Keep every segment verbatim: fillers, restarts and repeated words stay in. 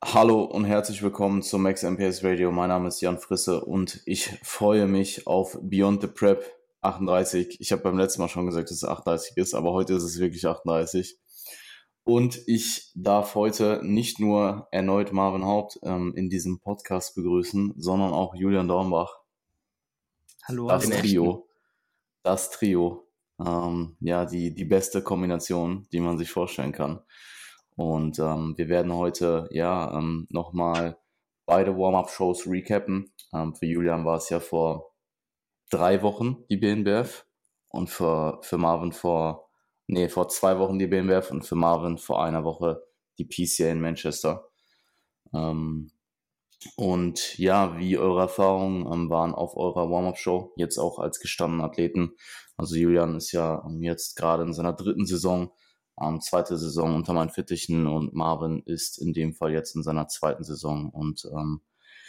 Hallo und herzlich willkommen zum Max M P S Radio. Mein Name ist Jan Frisse und ich freue mich auf Beyond the Prep achtunddreißig. Ich habe beim letzten Mal schon gesagt, dass es achtunddreißig ist, aber heute ist es wirklich achtunddreißig. Und ich darf heute nicht nur erneut Marvin Haupt ähm, in diesem Podcast begrüßen, sondern auch Julian Dornbach. Hallo, Das den Trio. echten. Das Trio. Ähm, ja, die, die beste Kombination, die man sich vorstellen kann. Und ähm, wir werden heute ja ähm, nochmal beide Warm-Up-Shows recappen. Ähm, für Julian war es ja vor drei Wochen die B N B F und für, für Marvin vor, nee, vor zwei Wochen die B N B F und für Marvin vor einer Woche die P C A in Manchester. Ähm, und ja, wie eure Erfahrungen ähm, waren auf eurer Warm-Up-Show, jetzt auch als gestandenen Athleten. Also Julian ist ja ähm, jetzt gerade in seiner dritten Saison, ähm, zweite Saison unter meinen Fittichen, und Marvin ist in dem Fall jetzt in seiner zweiten Saison. Und ähm,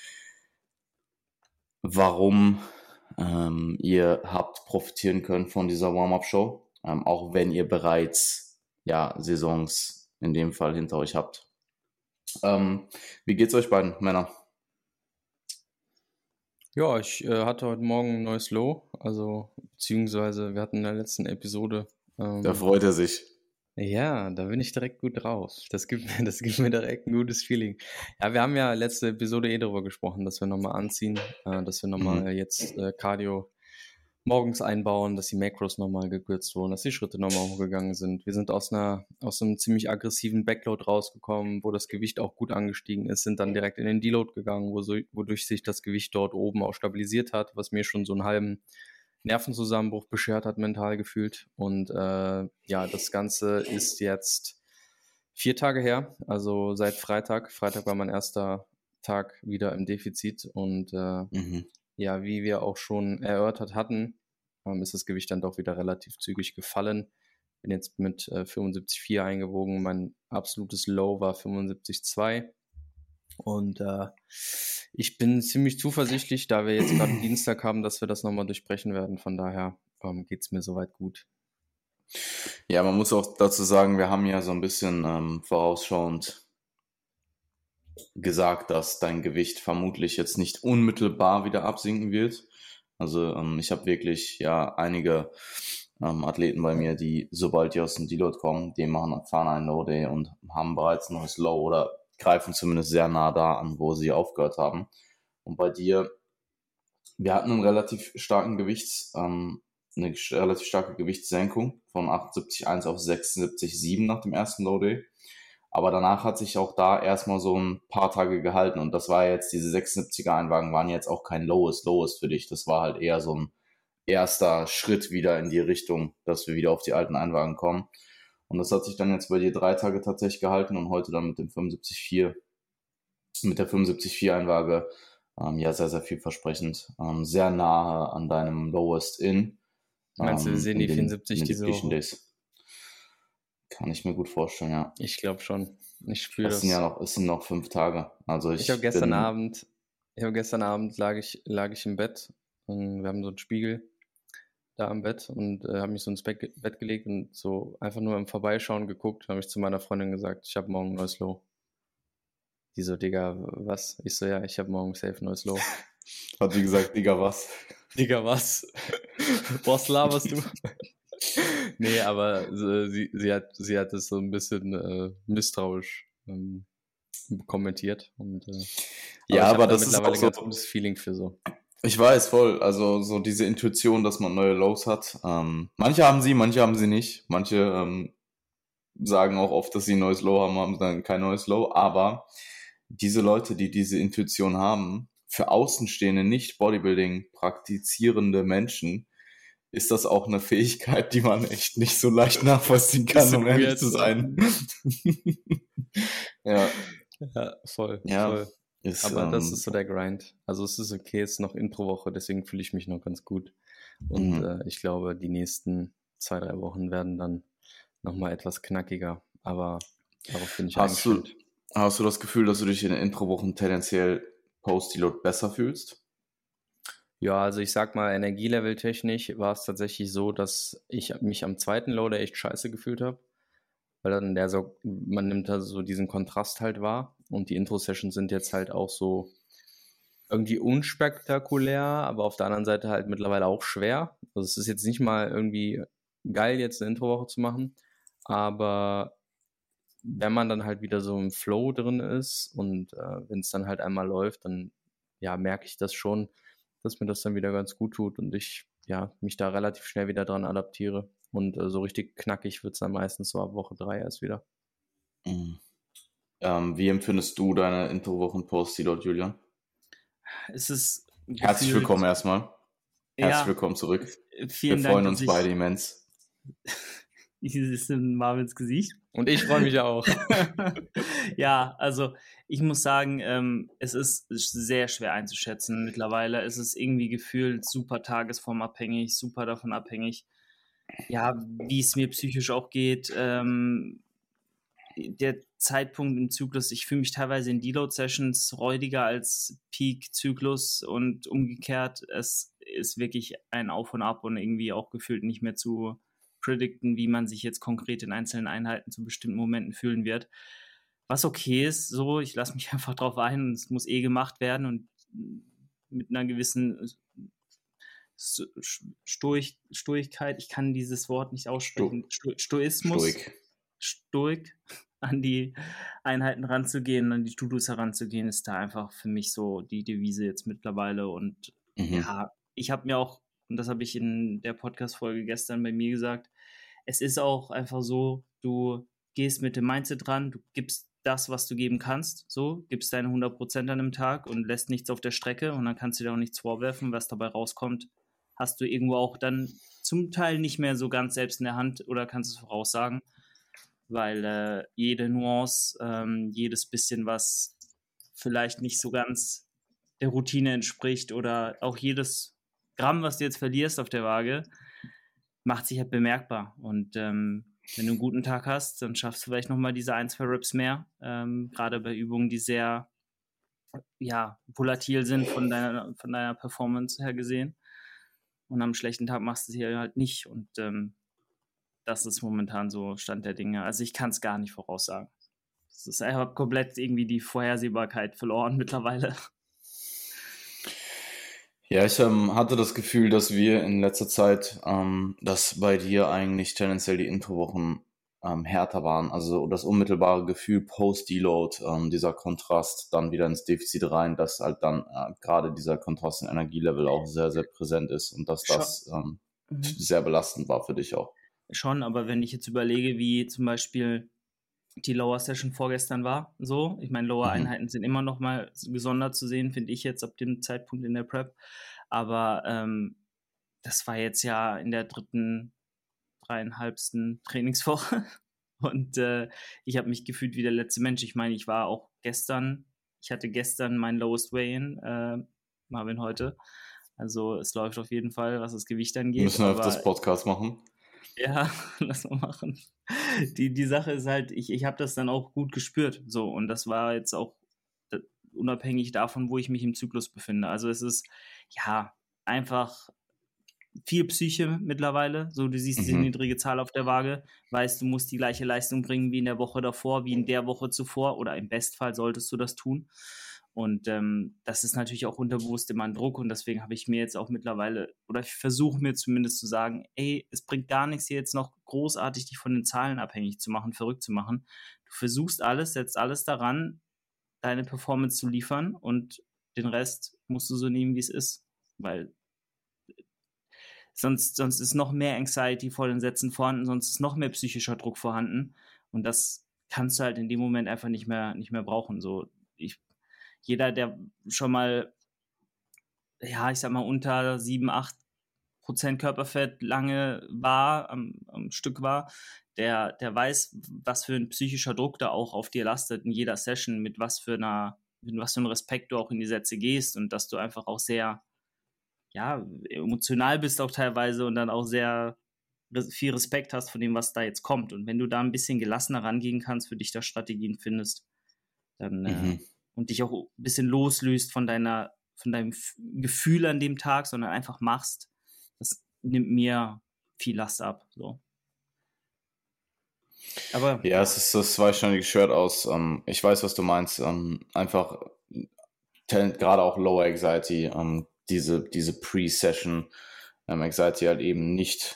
warum ähm, ihr habt profitieren können von dieser Warm-Up-Show, ähm, auch wenn ihr bereits ja Saisons in dem Fall hinter euch habt. Ähm, wie geht's euch beiden, Männer? Ja, ich äh, hatte heute Morgen ein neues Low, also beziehungsweise wir hatten in der letzten Episode. Ähm, Da freut er sich. ja, da bin ich direkt gut drauf. Das gibt mir, das gibt mir direkt ein gutes Feeling. Ja, wir haben ja letzte Episode eh darüber gesprochen, dass wir nochmal anziehen, äh, dass wir nochmal Mhm. jetzt äh, Cardio morgens einbauen, dass die Macros nochmal gekürzt wurden, dass die Schritte nochmal hochgegangen sind. Wir sind aus einer aus einem ziemlich aggressiven Backload rausgekommen, wo das Gewicht auch gut angestiegen ist, sind dann direkt in den Deload gegangen, wo so, wodurch sich das Gewicht dort oben auch stabilisiert hat, was mir schon so einen halben Nervenzusammenbruch beschert hat, mental gefühlt. Und äh, ja, das Ganze ist jetzt vier Tage her, also seit Freitag. Freitag war mein erster Tag wieder im Defizit und äh, Mhm. ja, wie wir auch schon erörtert hatten, ähm, ist das Gewicht dann doch wieder relativ zügig gefallen. Bin jetzt mit äh, fünfundsiebzig Komma vier eingewogen. Mein absolutes Low war fünfundsiebzig Komma zwei. Und äh, ich bin ziemlich zuversichtlich, da wir jetzt gerade Dienstag haben, dass wir das nochmal durchbrechen werden. Von daher ähm, geht es mir soweit gut. Ja, man muss auch dazu sagen, wir haben ja so ein bisschen ähm, vorausschauend gesagt, dass dein Gewicht vermutlich jetzt nicht unmittelbar wieder absinken wird. Also ähm, ich habe wirklich ja einige ähm, Athleten bei mir, die, sobald die aus dem Deload kommen, die machen, fahren einen Low Day und haben bereits ein neues Low oder greifen zumindest sehr nah da an, wo sie aufgehört haben. Und bei dir, wir hatten einen relativ starken Gewichts, ähm, eine relativ starke Gewichtssenkung von achtundsiebzig Komma eins auf sechsundsiebzig Komma sieben nach dem ersten Low Day. Aber danach hat sich auch da erstmal so ein paar Tage gehalten, und das war jetzt, diese sechsundsiebziger Einwagen waren jetzt auch kein lowest, lowest für dich. Das war halt eher so ein erster Schritt wieder in die Richtung, dass wir wieder auf die alten Einwagen kommen. Und das hat sich dann jetzt bei dir drei Tage tatsächlich gehalten und heute dann mit dem fünfundsiebzig Komma vier, mit der fünfundsiebzig Komma vier Einwaage, ähm, ja, sehr, sehr vielversprechend. Ähm, sehr nahe an deinem lowest in, Meinst du, wir ähm, sehen in die den, vierundsiebzig in den diese Depletion Woche? Days. Kann ich mir gut vorstellen, ja. Ich glaube schon. Ich spüre Es sind ja das. noch, es sind noch fünf Tage. Also Ich habe ich gestern bin, Abend, ich habe gestern Abend lag ich, lag ich im Bett und wir haben so einen Spiegel da am Bett und äh, habe mich so ins Bett, ge- Bett gelegt und so einfach nur im Vorbeischauen geguckt, habe ich zu meiner Freundin gesagt, ich habe morgen ein neues Low. Die so, Digga, was? Ich so, ja, ich habe morgen safe ein neues Low. hat sie gesagt, Digga, was? Digga, was? Was laberst du? Nee, aber äh, sie, sie hat, sie hat es so ein bisschen äh, misstrauisch ähm, kommentiert und äh, aber Ja, ich habe aber da das ist mittlerweile auch ein so, ganz gutes Feeling für so. ich weiß voll, also so diese Intuition, dass man neue Lows hat. Ähm, manche haben sie, manche haben sie nicht. Manche ähm, sagen auch oft, dass sie ein neues Low haben, haben dann kein neues Low. Aber diese Leute, die diese Intuition haben, für Außenstehende, nicht Bodybuilding praktizierende Menschen, ist das auch eine Fähigkeit, die man echt nicht so leicht nachvollziehen kann, Bisschen um ehrlich weird zu so. sein. ja, Ja, voll, ja, voll. ist, Aber das ist ähm, so der Grind. Also es ist okay, es ist noch Intro-Woche, deswegen fühle ich mich noch ganz gut. Und mhm. äh, ich glaube, die nächsten zwei, drei Wochen werden dann nochmal etwas knackiger. Aber darauf bin ich Hast du, eingestellt. hast du das Gefühl, dass du dich in den Introwochen tendenziell post-Deload besser fühlst? Ja, also ich sag mal, Energielevel-technisch war es tatsächlich so, dass ich mich am zweiten Loader echt scheiße gefühlt habe. weil dann der so, man nimmt da so diesen Kontrast halt wahr und die Intro-Sessions sind jetzt halt auch so irgendwie unspektakulär, aber auf der anderen Seite halt mittlerweile auch schwer. Also es ist jetzt nicht mal irgendwie geil, jetzt eine Introwoche zu machen, aber wenn man dann halt wieder so im Flow drin ist und äh, wenn es dann halt einmal läuft, dann ja, merke ich das schon, dass mir das dann wieder ganz gut tut und ich ja, mich da relativ schnell wieder dran adaptiere. Und äh, so richtig knackig wird es dann meistens so ab Woche drei erst wieder. Mhm. Ähm, wie empfindest du deine Intro-Wochen-Posts, die dort, Julian? Es ist Herzlich gefühlt- willkommen erstmal. Herzlich Ja, willkommen zurück. vielen Wir Dank, freuen dass uns ich- beide immens. Ich ist in Marvins Gesicht. Und ich freue mich auch. Ja, also ich muss sagen, ähm, es ist sehr schwer einzuschätzen mittlerweile. Es ist irgendwie gefühlt super tagesformabhängig, super davon abhängig, ja, wie es mir psychisch auch geht. Ähm, der Zeitpunkt im Zyklus, ich fühle mich teilweise in Deload-Sessions räudiger als Peak-Zyklus und umgekehrt. Es ist wirklich ein Auf und Ab und irgendwie auch gefühlt nicht mehr zu predikten, wie man sich jetzt konkret in einzelnen Einheiten zu bestimmten Momenten fühlen wird. Was okay ist, so, ich lasse mich einfach drauf ein und es muss eh gemacht werden und mit einer gewissen Stoik, Stoigkeit, ich kann dieses Wort nicht aussprechen, Sto, Stoismus, Stoik. Stoik an die Einheiten ranzugehen, an die To-Dos heranzugehen, ist da einfach für mich so die Devise jetzt mittlerweile und Mhm. ja, ich habe mir auch, und das habe ich in der Podcast-Folge gestern bei mir gesagt, es ist auch einfach so, du gehst mit dem Mindset ran, du gibst das, was du geben kannst, so, gibst deine hundert Prozent an einem Tag und lässt nichts auf der Strecke und dann kannst du dir auch nichts vorwerfen, was dabei rauskommt, hast du irgendwo auch dann zum Teil nicht mehr so ganz selbst in der Hand oder kannst es voraussagen, weil äh, jede Nuance, ähm, jedes bisschen, was vielleicht nicht so ganz der Routine entspricht oder auch jedes Gramm, was du jetzt verlierst auf der Waage, macht sich halt bemerkbar. Und ähm, wenn du einen guten Tag hast, dann schaffst du vielleicht nochmal diese ein, zwei Reps mehr, ähm, gerade bei Übungen, die sehr ja, volatil sind von deiner, von deiner Performance her gesehen. Und am schlechten Tag machst du es hier halt nicht. Und ähm, das ist momentan so Stand der Dinge. Also ich kann es gar nicht voraussagen. Es ist einfach komplett irgendwie die Vorhersehbarkeit verloren mittlerweile. Ja, ich ähm, hatte das Gefühl, dass wir in letzter Zeit, ähm, dass bei dir eigentlich tendenziell die Introwochen ähm, härter waren. Also das unmittelbare Gefühl post-Deload, ähm, dieser Kontrast dann wieder ins Defizit rein, dass halt dann äh, gerade dieser Kontrast im Energielevel auch sehr, sehr präsent ist und dass das ähm, Mhm. sehr belastend war für dich auch. Schon, aber wenn ich jetzt überlege, wie zum Beispiel die Lower Session vorgestern war, so, ich meine, Lower Einheiten mhm. sind immer noch mal gesondert zu sehen, finde ich jetzt ab dem Zeitpunkt in der Prep, aber ähm, das war jetzt ja in der dritten, dreieinhalbsten Trainingswoche und äh, ich habe mich gefühlt wie der letzte Mensch. Ich meine, ich war auch gestern, ich hatte gestern mein Lowest Weigh-In, äh, Marvin heute, also es läuft auf jeden Fall, was das Gewicht angeht. Müssen wir öfters Podcast machen. Ja, lass mal machen. Die, die Sache ist halt, ich, ich habe das dann auch gut gespürt. So, und das war jetzt auch äh, unabhängig davon, wo ich mich im Zyklus befinde. Also es ist ja einfach viel Psyche mittlerweile. So, du siehst mhm. diese niedrige Zahl auf der Waage, weißt, du musst die gleiche Leistung bringen wie in der Woche davor, wie in der Woche zuvor, oder im Bestfall solltest du das tun. Und ähm, das ist natürlich auch unterbewusst immer ein Druck und deswegen habe ich mir jetzt auch mittlerweile, oder ich versuche mir zumindest zu sagen, ey, es bringt gar nichts, hier jetzt noch großartig dich von den Zahlen abhängig zu machen, verrückt zu machen. Du versuchst alles, setzt alles daran, deine Performance zu liefern und den Rest musst du so nehmen, wie es ist, weil sonst, sonst ist noch mehr Anxiety vor den Sätzen vorhanden, sonst ist noch mehr psychischer Druck vorhanden und das kannst du halt in dem Moment einfach nicht mehr, nicht mehr brauchen. So, ich Jeder, der schon mal, ja, ich sag mal, unter sieben, acht Prozent Körperfett lange war, am, am Stück war, der, der weiß, was für ein psychischer Druck da auch auf dir lastet in jeder Session, mit was für einer, mit was für einem Respekt du auch in die Sätze gehst und dass du einfach auch sehr, ja, emotional bist auch teilweise und dann auch sehr viel Respekt hast von dem, was da jetzt kommt. Und wenn du da ein bisschen gelassener rangehen kannst, für dich da Strategien findest, dann mhm. äh, und dich auch ein bisschen loslöst von deiner, von deinem Gefühl an dem Tag, sondern einfach machst, das nimmt mir viel Last ab. So. Aber Ja, es ist das zweischneidige Shirt aus. Ähm, ich weiß, was du meinst. Ähm, einfach Talent, gerade auch Lower Anxiety, ähm, diese, diese Pre-Session ähm, Anxiety halt eben nicht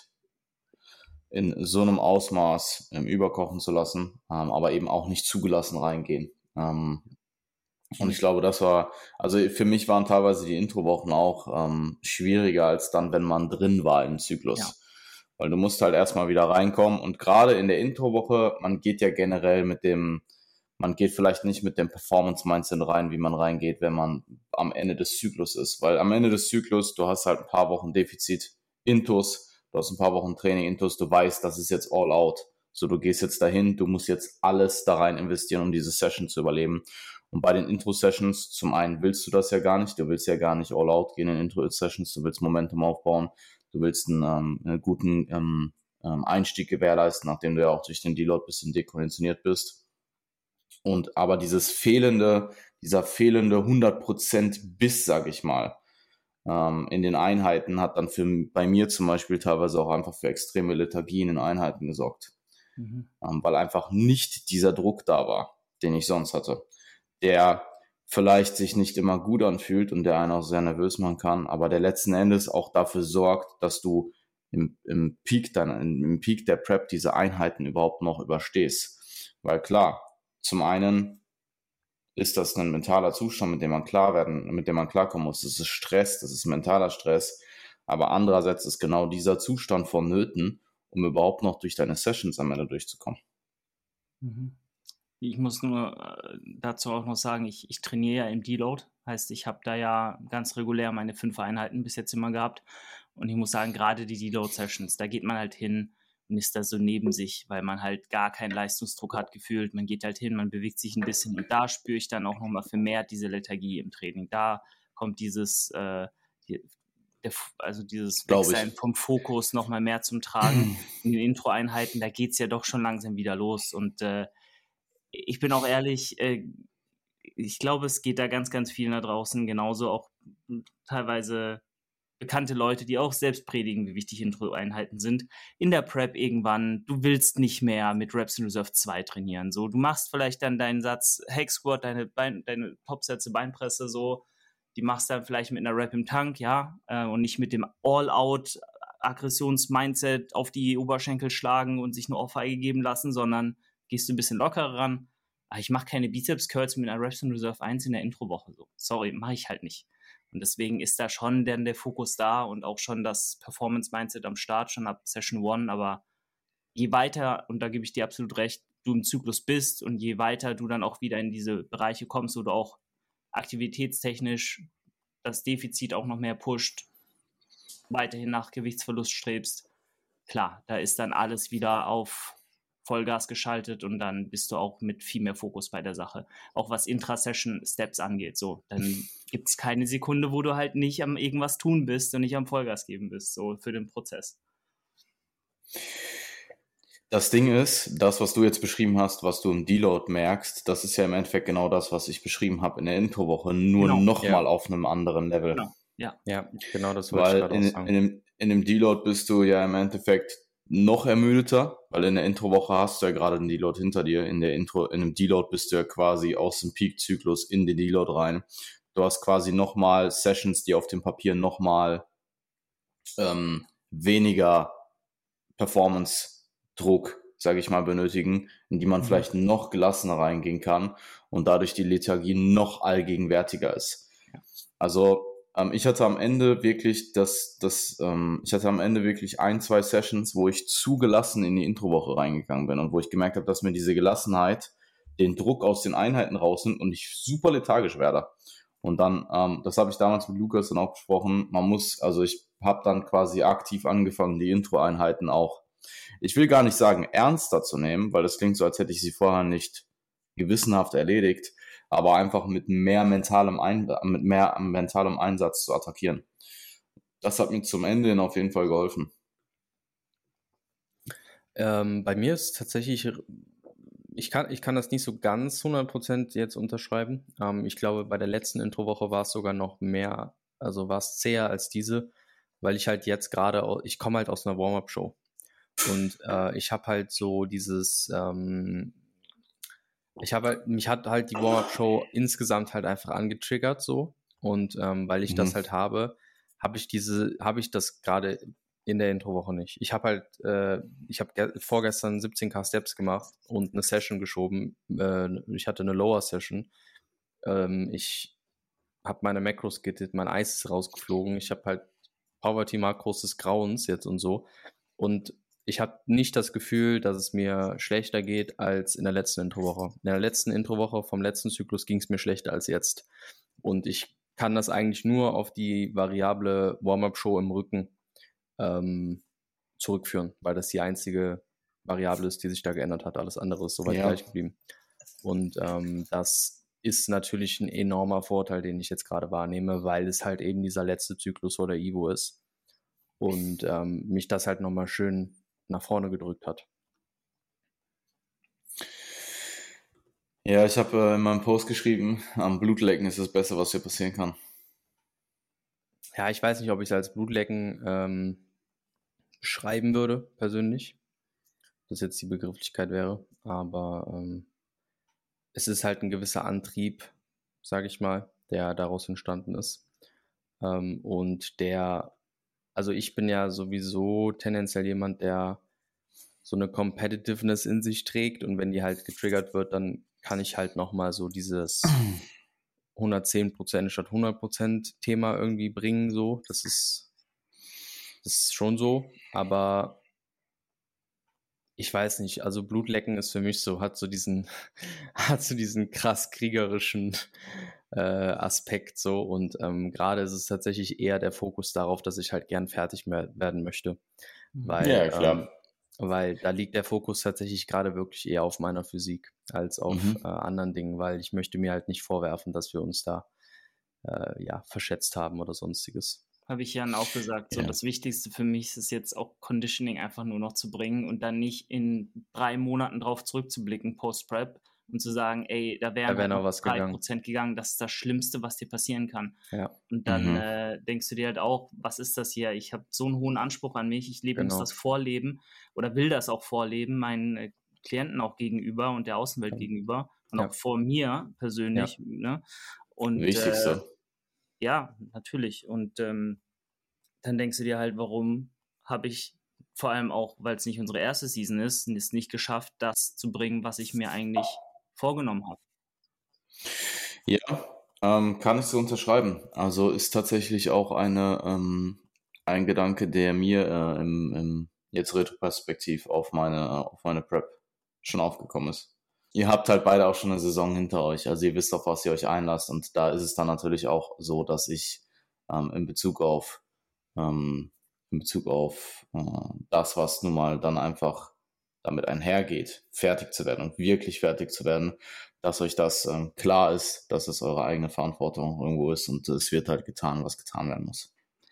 in so einem Ausmaß ähm, überkochen zu lassen, ähm, aber eben auch nicht zugelassen reingehen. Ähm, und ich glaube, das war, also für mich waren teilweise die Introwochen auch ähm, schwieriger als dann, wenn man drin war im Zyklus. Ja. Weil du musst halt erstmal wieder reinkommen und gerade in der Introwoche, man geht ja generell mit dem, man geht vielleicht nicht mit dem Performance-Mindset rein, wie man reingeht, wenn man am Ende des Zyklus ist. Weil am Ende des Zyklus, du hast halt ein paar Wochen Defizit Intus, du hast ein paar Wochen Training Intus, du weißt, das ist jetzt all out. So, du gehst jetzt dahin, du musst jetzt alles da rein investieren, um diese Session zu überleben. Und bei den Intro-Sessions, zum einen willst du das ja gar nicht, du willst ja gar nicht all out gehen in Intro-Sessions, du willst Momentum aufbauen, du willst einen, ähm, einen guten ähm, Einstieg gewährleisten, nachdem du ja auch durch den Deload ein bisschen dekonditioniert bist. Und aber dieses fehlende, dieser fehlende hundert Prozent Biss, sag ich mal, ähm, in den Einheiten hat dann für, bei mir zum Beispiel teilweise auch einfach für extreme Lethargien in Einheiten gesorgt. Mhm. Ähm, weil einfach nicht dieser Druck da war, den ich sonst hatte, der vielleicht sich nicht immer gut anfühlt und der einen auch sehr nervös machen kann, aber der letzten Endes auch dafür sorgt, dass du im, im Peak deiner, im Peak der Prep diese Einheiten überhaupt noch überstehst. Weil klar, zum einen ist das ein mentaler Zustand, mit dem man klar werden, mit dem man klarkommen muss. Das ist Stress, das ist mentaler Stress. Aber andererseits ist genau dieser Zustand vonnöten, um überhaupt noch durch deine Sessions am Ende durchzukommen. Mhm. Ich muss nur dazu auch noch sagen, ich, ich trainiere ja im Deload. Heißt, ich habe da ja ganz regulär meine fünf Einheiten bis jetzt immer gehabt. Und ich muss sagen, gerade die Deload-Sessions, da geht man halt hin und ist da so neben sich, weil man halt gar keinen Leistungsdruck hat gefühlt. Man geht halt hin, man bewegt sich ein bisschen und da spüre ich dann auch nochmal vermehrt diese Lethargie im Training. Da kommt dieses, äh, die, der, also dieses Wegsein vom Fokus nochmal mehr zum Tragen. In den Intro-Einheiten, da geht es ja doch schon langsam wieder los. Und äh, ich bin auch ehrlich, äh, ich glaube, es geht da ganz, ganz vielen da draußen genauso, auch teilweise bekannte Leute, die auch selbst predigen, wie wichtig Intro-Einheiten sind. In der Prep irgendwann, du willst nicht mehr mit Reps in Reserve zwei trainieren. So, du machst vielleicht dann deinen Satz Hack Squat, deine, Bein, deine Top-Sätze Beinpresse so, die machst dann vielleicht mit einer Rep im Tank, ja, äh, und nicht mit dem All-Out Aggressions-Mindset auf die Oberschenkel schlagen und sich nur Ohrfeige geben lassen, sondern gehst du ein bisschen lockerer ran. Aber ich mache keine Bizeps-Curls mit einer Reps in Reserve eins in der Intro-Woche. So. Sorry, mache ich halt nicht. Und deswegen ist da schon dann der Fokus da und auch schon das Performance-Mindset am Start, schon ab Session One. Aber je weiter, und da gebe ich dir absolut recht, du im Zyklus bist und je weiter du dann auch wieder in diese Bereiche kommst, wo du auch aktivitätstechnisch das Defizit auch noch mehr pusht, weiterhin nach Gewichtsverlust strebst, klar, da ist dann alles wieder auf Vollgas geschaltet und dann bist du auch mit viel mehr Fokus bei der Sache. Auch was Intra-Session-Steps angeht. So, dann gibt es keine Sekunde, wo du halt nicht am irgendwas tun bist und nicht am Vollgas geben bist, so für den Prozess. Das Ding ist, das, was du jetzt beschrieben hast, was du im Deload merkst, das ist ja im Endeffekt genau das, was ich beschrieben habe in der Introwoche, nur Genau, nochmal ja. auf einem anderen Level. Genau, ja. Ja, genau das wollte Weil ich gerade in, auch sagen. in, dem, in dem Deload bist du ja im Endeffekt noch ermüdeter, weil in der Introwoche hast du ja gerade den Deload hinter dir. In der Intro, in dem Deload bist du ja quasi aus dem Peak-Zyklus in den Deload rein. Du hast quasi nochmal Sessions, die auf dem Papier nochmal ähm, weniger Performance-Druck, sage ich mal, benötigen, in die man mhm. vielleicht noch gelassener reingehen kann und dadurch die Lethargie noch allgegenwärtiger ist. Ja. Also ähm, ich hatte am Ende wirklich das, das ähm, ich hatte am Ende wirklich ein, zwei Sessions, wo ich zu gelassen in die Introwoche reingegangen bin und wo ich gemerkt habe, dass mir diese Gelassenheit den Druck aus den Einheiten rausnimmt und ich super lethargisch werde. Und dann, ähm, das habe ich damals mit Lukas dann auch besprochen, man muss, also ich habe dann quasi aktiv angefangen, die Intro-Einheiten auch, ich will gar nicht sagen, ernster zu nehmen, weil das klingt so, als hätte ich sie vorher nicht gewissenhaft erledigt, aber einfach mit mehr mentalem, Ein- mit mehr mentalem Einsatz zu attackieren. Das hat mir zum Ende hin auf jeden Fall geholfen. Ähm, bei mir ist tatsächlich, ich kann, ich kann das nicht so ganz hundert Prozent jetzt unterschreiben. Ähm, ich glaube, bei der letzten Introwoche war es sogar noch mehr, also war es zäher als diese, weil ich halt jetzt gerade, ich komme halt aus einer Warm-Up-Show. Und äh, ich habe halt so dieses, ähm, ich habe halt, mich hat halt die Warm-Up-Show insgesamt halt einfach angetriggert so. Und ähm, weil ich Mhm. das halt habe, habe ich diese, habe ich das gerade in der Introwoche nicht. Ich habe halt, äh, ich habe ge- vorgestern siebzehn K Steps gemacht und eine Session geschoben. Äh, ich hatte eine Lower-Session. Ähm, ich habe meine Macros gittet, mein Eis ist rausgeflogen. Ich habe halt Poverty-Makros des Grauens jetzt und so. Und ich habe nicht das Gefühl, dass es mir schlechter geht als in der letzten Introwoche. In der letzten Introwoche vom letzten Zyklus ging es mir schlechter als jetzt. Und ich kann das eigentlich nur auf die variable Warm-Up-Show im Rücken ähm, zurückführen, weil das die einzige Variable ist, die sich da geändert hat. Alles andere ist soweit Ja. gleich geblieben. Und ähm, das ist natürlich ein enormer Vorteil, den ich jetzt gerade wahrnehme, weil es halt eben dieser letzte Zyklus vor der Evo ist. Und ähm, mich das halt nochmal schön nach vorne gedrückt hat. Ja, ich habe äh, in meinem Post geschrieben, am Blutlecken ist das Beste, was dir passieren kann. Ja, ich weiß nicht, ob ich es als Blutlecken ähm, beschreiben würde, persönlich. Das jetzt die Begrifflichkeit wäre. Aber ähm, es ist halt ein gewisser Antrieb, sage ich mal, der daraus entstanden ist. Ähm, und der, also ich bin ja sowieso tendenziell jemand, der so eine Competitiveness in sich trägt, und wenn die halt getriggert wird, dann kann ich halt nochmal so dieses hundertzehn Prozent statt hundert Prozent Thema irgendwie bringen, so. Das ist, das ist schon so, aber ich weiß nicht, also Blutlecken ist für mich so, hat so diesen, hat so diesen krass kriegerischen äh, Aspekt so, und ähm, gerade ist es tatsächlich eher der Fokus darauf, dass ich halt gern fertig mehr werden möchte, weil, Ja, klar. ähm, weil da liegt der Fokus tatsächlich gerade wirklich eher auf meiner Physik als auf Mhm. äh, anderen Dingen, weil ich möchte mir halt nicht vorwerfen, dass wir uns da äh, ja, verschätzt haben oder sonstiges. Habe ich Jan auch gesagt, so Ja. das Wichtigste für mich ist jetzt auch Conditioning einfach nur noch zu bringen und dann nicht in drei Monaten drauf zurückzublicken, Post-Prep, und zu sagen, ey, da wären Da wäre halt noch noch was drei gegangen. Prozent gegangen, das ist das Schlimmste, was dir passieren kann. Ja, Und dann Mhm. äh, denkst du dir halt auch, was ist das hier? Ich habe so einen hohen Anspruch an mich, ich lebe, muss genau. das vorleben oder will das auch vorleben, meinen äh, Klienten auch gegenüber und der Außenwelt Ja. gegenüber und Ja. auch vor mir persönlich. Ne? Und äh, Wichtigste. ja, natürlich. Und ähm, dann denkst du dir halt, warum habe ich vor allem auch, weil es nicht unsere erste Season ist, es nicht geschafft, das zu bringen, was ich mir eigentlich vorgenommen habe. Ja, ähm, kann ich so unterschreiben. Also ist tatsächlich auch eine, ähm, ein Gedanke, der mir äh, im, im jetzt Retroperspektiv auf meine, auf meine Prep schon aufgekommen ist. Ihr habt halt beide auch schon eine Saison hinter euch, also ihr wisst, auf was ihr euch einlasst, und da ist es dann natürlich auch so, dass ich ähm, in Bezug auf ähm, in Bezug auf äh, das, was nun mal dann einfach damit einhergeht, fertig zu werden und wirklich fertig zu werden, dass euch das ähm, klar ist, dass es eure eigene Verantwortung irgendwo ist, und es wird halt getan, was getan werden muss.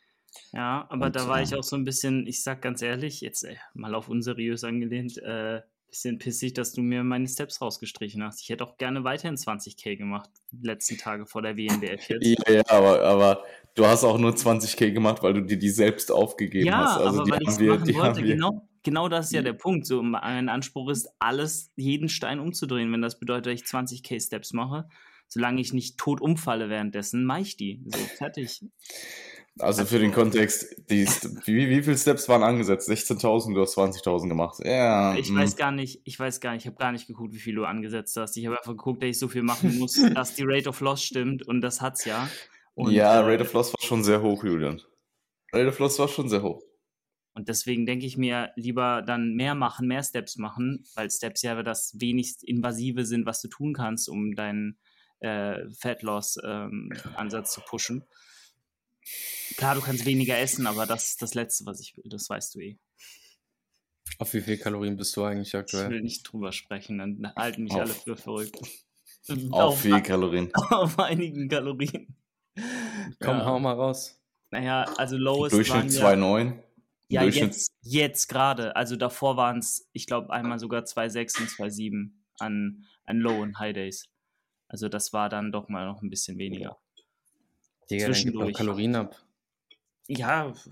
Ja, aber Und, da war ich ähm, auch so ein bisschen, ich sag ganz ehrlich, jetzt äh, mal auf unseriös angelehnt, äh, bisschen pissig, dass du mir meine Steps rausgestrichen hast. Ich hätte auch gerne weiterhin zwanzig K gemacht, die letzten Tage vor der W N B F jetzt. Ja, ja, aber, aber du hast auch nur zwanzig K gemacht, weil du dir die selbst aufgegeben Ja, hast. Also aber die weil ich es haben wir, machen die haben wollte, wir. genau, genau das ist ja der Punkt. So, mein Anspruch ist, alles, jeden Stein umzudrehen. Wenn das bedeutet, dass ich zwanzig K Steps mache, solange ich nicht tot umfalle währenddessen, mache ich die. So, fertig. Also für den Kontext, die, wie, wie viele Steps waren angesetzt? sechzehntausend, du hast zwanzigtausend gemacht. Ja, Ich mh. weiß gar nicht, ich weiß gar nicht, ich habe gar nicht geguckt, wie viel du angesetzt hast. Ich habe einfach geguckt, dass ich so viel machen muss, dass die Rate of Loss stimmt, und das hat's ja. Und, ja, äh, Rate of Loss war schon sehr hoch, Julian. Rate of Loss war schon sehr hoch. Und deswegen denke ich mir, lieber dann mehr machen, mehr Steps machen, weil Steps ja das wenigst invasive sind, was du tun kannst, um deinen äh, Fat-Loss-Ansatz ähm, zu pushen. Klar, du kannst weniger essen, aber das ist das Letzte, was ich will, das weißt du eh. Auf wie viel Kalorien bist du eigentlich aktuell? Ich will nicht drüber sprechen, dann halten mich Auf- alle für verrückt. Auf viel Kalorien. Auf einigen Kalorien. Komm, Ja. hau mal raus. Naja, also Lowest Durchschnitt waren zwei ja, Komma neun. ja Durchschnitt, jetzt, jetzt gerade. Also davor waren es, ich glaube, einmal sogar zwei Komma sechs und zwei Komma sieben an, an Low und High Days. Also das war dann doch mal noch ein bisschen weniger. Digga, dann gib doch Zwischendurch. Kalorien ab. Ja,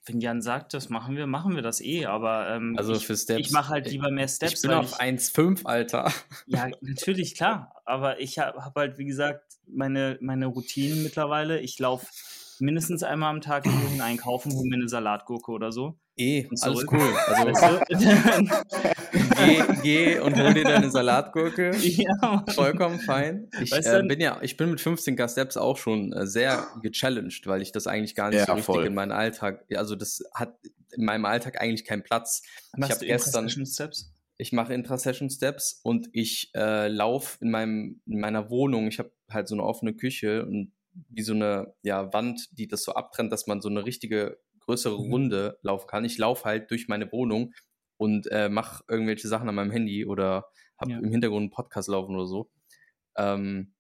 wenn Jan sagt, das machen wir, machen wir das eh, aber ähm, Also ich, für Steps. ich mache halt lieber mehr Steps. Ich bin weil auf eins Komma fünf, Alter. Ja, natürlich, klar. Aber ich habe hab halt, wie gesagt, meine, meine Routinen mittlerweile. Ich laufe mindestens einmal am Tag hin einkaufen, hole mir eine Salatgurke oder so. Eh, Und alles zurück. cool. Also Weißt geh, geh und hol dir deine Salatgurke. du? Ja, Mann. Vollkommen fein. Ich Weißt du, äh, bin ja, ich bin mit fünfzehn K Steps auch schon äh, sehr gechallenged, weil ich das eigentlich gar nicht Ja, so richtig voll. in meinen Alltag, also das hat in meinem Alltag eigentlich keinen Platz. Ich Machst habe du gestern, Intra-Session Steps? ich mache Intra-Session Steps und ich äh, laufe in meinem in meiner Wohnung. Ich habe halt so eine offene Küche und wie so eine ja Wand, die das so abtrennt, dass man so eine richtige größere Mhm. Runde laufen kann. Ich laufe halt durch meine Wohnung und äh, mache irgendwelche Sachen an meinem Handy oder habe Ja. im Hintergrund einen Podcast laufen oder so. Ähm,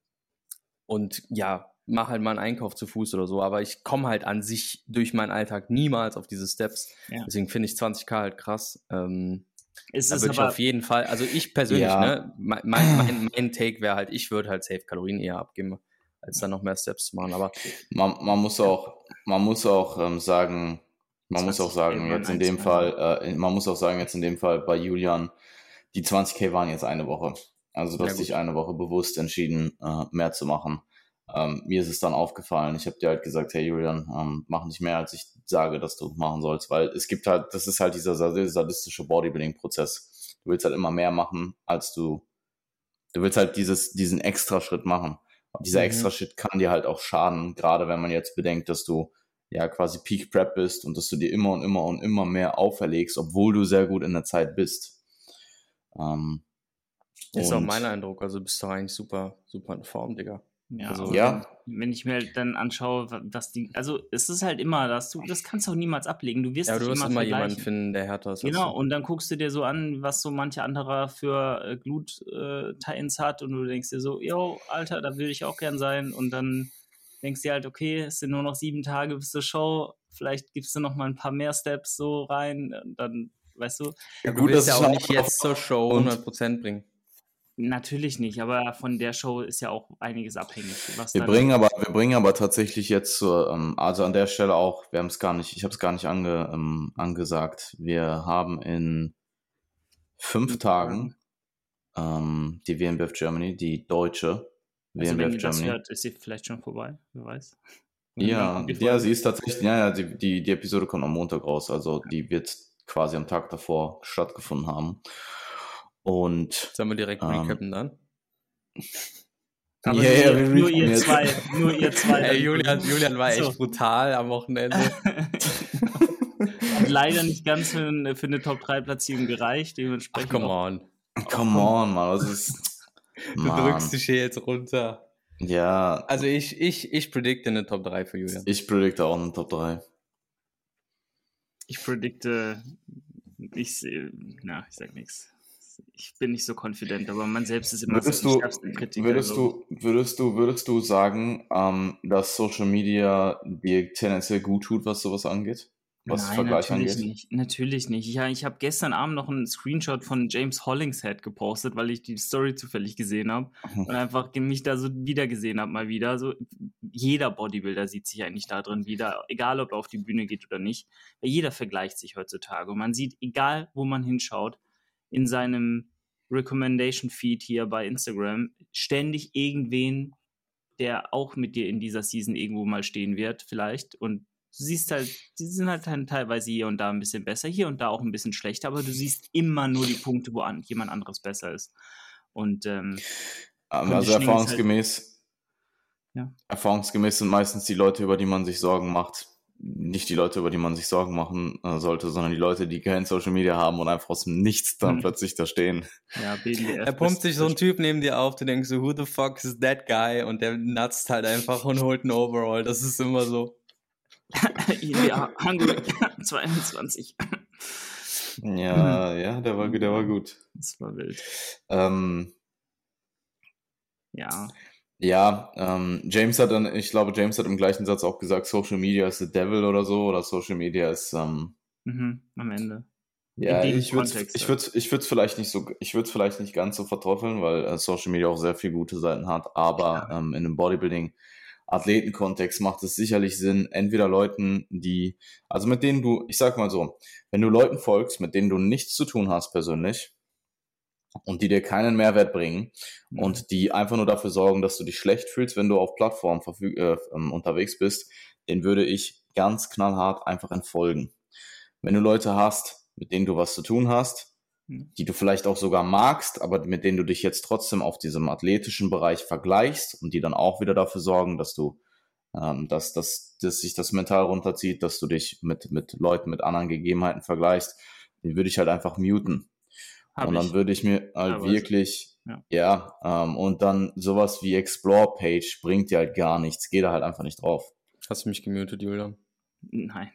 und ja, mache halt mal einen Einkauf zu Fuß oder so, aber ich komme halt an sich durch meinen Alltag niemals auf diese Steps. Ja. Deswegen finde ich zwanzig K halt krass. Ähm, Es da ist würde ich aber, auf jeden Fall, also ich persönlich, Ja. ne, mein, mein, mein, mein Take wäre halt, ich würde halt safe Kalorien eher abgeben, als dann noch mehr Steps zu machen, aber Man, man muss auch, man muss auch ähm, sagen, man muss auch zwanzig sagen, waren jetzt in ein, dem zwei Fall, äh, man muss auch sagen, jetzt in dem Fall bei Julian, die zwanzig K waren jetzt eine Woche. Also du Ja, hast gut. dich eine Woche bewusst entschieden, äh, mehr zu machen. Ähm, mir ist es dann aufgefallen, ich habe dir halt gesagt, hey Julian, ähm, mach nicht mehr, als ich sage, dass du machen sollst, weil es gibt halt, das ist halt dieser sadistische Bodybuilding-Prozess. Du willst halt immer mehr machen, als du, du willst halt dieses, diesen Extraschritt machen. Und dieser Mhm. Extraschritt kann dir halt auch schaden, gerade wenn man jetzt bedenkt, dass du ja quasi Peak Prep bist und dass du dir immer und immer und immer mehr auferlegst, obwohl du sehr gut in der Zeit bist. Ähm, Ist auch und- mein Eindruck, also bist du eigentlich super, super in Form, Digga. Ja, Also- aber Ja. Wenn, wenn ich mir halt dann anschaue, was die, also es ist halt immer, dass du, das kannst du auch niemals ablegen. Du wirst Ja, dich du wirst immer immer vergleichen. jemanden finden, der härter ist als Genau, du. und dann guckst du dir so an, was so manche anderer für äh, Glut-Tie-Ins hat und du denkst dir so, yo, Alter, da würde ich auch gern sein und dann denkst du dir halt, okay, es sind nur noch sieben Tage bis zur Show, vielleicht gibst du noch mal ein paar mehr Steps so rein und dann, weißt du, Ja, Du willst ja ist auch halt nicht jetzt zur Show und- hundert Prozent bringen. natürlich nicht, aber von der Show ist ja auch einiges abhängig. Was Wir dann- bringen aber, wir bringen aber tatsächlich jetzt zur, ähm, also an der Stelle auch, wir haben es gar nicht, ich habe es gar nicht ange, ähm, angesagt. Wir haben in fünf Fünf Tagen ähm, die W M B F Germany, die deutsche Also wenn W M B F ihr das Germany. hört, ist sie vielleicht schon vorbei, wer weiß. Und Ja, dann kommt die ja, Folge. sie ist tatsächlich, ja, ja, die, die, die Episode kommt am Montag raus, also die wird quasi am Tag davor stattgefunden haben. Und Sollen wir direkt Ähm, recappen dann? Aber Ja, ja, nur, wir ihr, nur recorden ihr jetzt. zwei, nur ihr zwei. Ey, Julian, Julian war echt So. brutal am Wochenende. Hat leider nicht ganz für, eine- für eine Top drei Platzierung gereicht, Ach, dementsprechend come auch- on. come on, Mann, was ist. Du Mann. drückst dich hier jetzt runter. Ja, Also ich, ich, ich predikte eine Top drei für Julian. ich predikte auch eine Top drei. Ich predikte, ich sehe, na, ich sag nichts. Ich bin nicht so confident, aber man selbst ist immer Würdest so du, die stärkste Kritiker. würdest glaub du, würdest du, würdest du sagen, ähm, dass Social Media dir tendenziell gut tut, was sowas angeht? Was Nein, Vergleich natürlich angeht? nicht. Natürlich nicht. Ja, ich habe gestern Abend noch einen Screenshot von James Hollingshead gepostet, weil ich die Story zufällig gesehen habe und einfach mich da so wieder gesehen habe, mal wieder. So, jeder Bodybuilder sieht sich eigentlich da drin wieder, egal ob er auf die Bühne geht oder nicht. Weil jeder vergleicht sich heutzutage und man sieht, egal wo man hinschaut, in seinem Recommendation Feed hier bei Instagram ständig irgendwen, der auch mit dir in dieser Season irgendwo mal stehen wird, vielleicht. Und du siehst halt, die sind halt dann teilweise hier und da ein bisschen besser, hier und da auch ein bisschen schlechter, aber du siehst immer nur die Punkte, wo an, jemand anderes besser ist. Und ähm, Ähm, Also Conditioning ist halt- erfahrungsgemäß, Ja. erfahrungsgemäß sind meistens die Leute, über die man sich Sorgen macht, nicht die Leute, über die man sich Sorgen machen äh, sollte, sondern die Leute, die kein Social Media haben und einfach aus dem Nichts dann Hm. plötzlich da stehen. ja, B D F. Da pumpt sich so ein Typ neben dir auf, du denkst so, who the fuck is that guy? Und der nutzt halt einfach und holt einen Overall. Das ist immer so. ja, Hungry zweiundzwanzig. Ja, ja, der war, der war gut. Das war wild. Ähm, Ja, ja, ähm, James hat dann, ich glaube, James hat im gleichen Satz auch gesagt, Social Media ist the devil oder so, oder Social Media ist, ähm, mhm, am Ende. ja, In dem ich würde Kontext, ich ja. würde ich würde vielleicht nicht so, ich würde vielleicht nicht ganz so verteufeln, weil äh, Social Media auch sehr viele gute Seiten hat, aber ähm, in dem Bodybuilding Athletenkontext macht es sicherlich Sinn, entweder Leuten, die, also mit denen du, ich sag mal so, wenn du Leuten folgst, mit denen du nichts zu tun hast persönlich und die dir keinen Mehrwert bringen Mhm. und die einfach nur dafür sorgen, dass du dich schlecht fühlst, wenn du auf Plattformen verfüg- äh, ähm, unterwegs bist, den würde ich ganz knallhart einfach entfolgen. Wenn du Leute hast, mit denen du was zu tun hast, Mhm. die du vielleicht auch sogar magst, aber mit denen du dich jetzt trotzdem auf diesem athletischen Bereich vergleichst und die dann auch wieder dafür sorgen, dass du, ähm, dass, dass, dass sich das mental runterzieht, dass du dich mit, mit Leuten mit anderen Gegebenheiten vergleichst, den würde ich halt einfach muten. Hab Und dann ich würde ich mir halt teilweise. wirklich, Ja. ja, ähm, und dann sowas wie Explore-Page bringt dir halt gar nichts, geh da halt einfach nicht drauf. Hast du mich gemutet, Julian? Nein.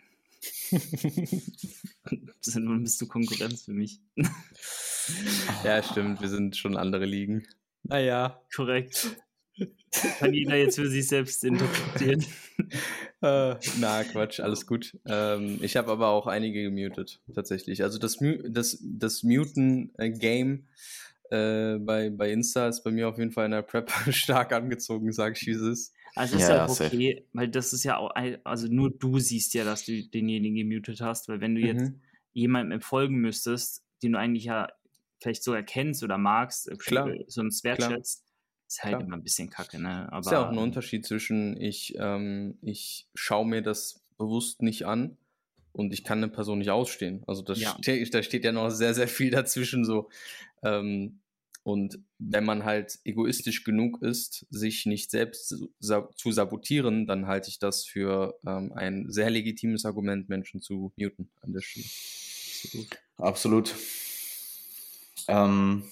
Dann bist du Konkurrenz für mich. Ja, stimmt, wir sind schon andere Ligen. Naja. Korrekt. Kann jeder jetzt für sich selbst interpretieren. Äh, na, Quatsch, alles gut. Ähm, ich habe aber auch einige gemutet, tatsächlich. Also das, Mu- das, das Muten-Game äh, bei, bei Insta ist bei mir auf jeden Fall in der Prep stark angezogen, sag ich, wie es ist. Also ist Ja, ja ja, auch safe. okay, weil das ist ja auch, ein- also nur du siehst ja, dass du denjenigen gemutet hast, weil wenn du jetzt Mhm. jemandem entfolgen müsstest, den du eigentlich ja vielleicht so erkennst oder magst, äh, Klar, sonst klar, wertschätzt, ist halt klar. immer ein bisschen kacke, ne? Ist ja auch Aber ein Unterschied zwischen, ich, ähm, ich schaue mir das bewusst nicht an und ich kann eine Person nicht ausstehen. Also das Ja. steht, da steht ja noch sehr, sehr viel dazwischen so. Ähm, und wenn man halt egoistisch genug ist, sich nicht selbst zu, sa- zu sabotieren, dann halte ich das für ähm, ein sehr legitimes Argument, Menschen zu muten an der Stelle. Absolut. Absolut. Ähm,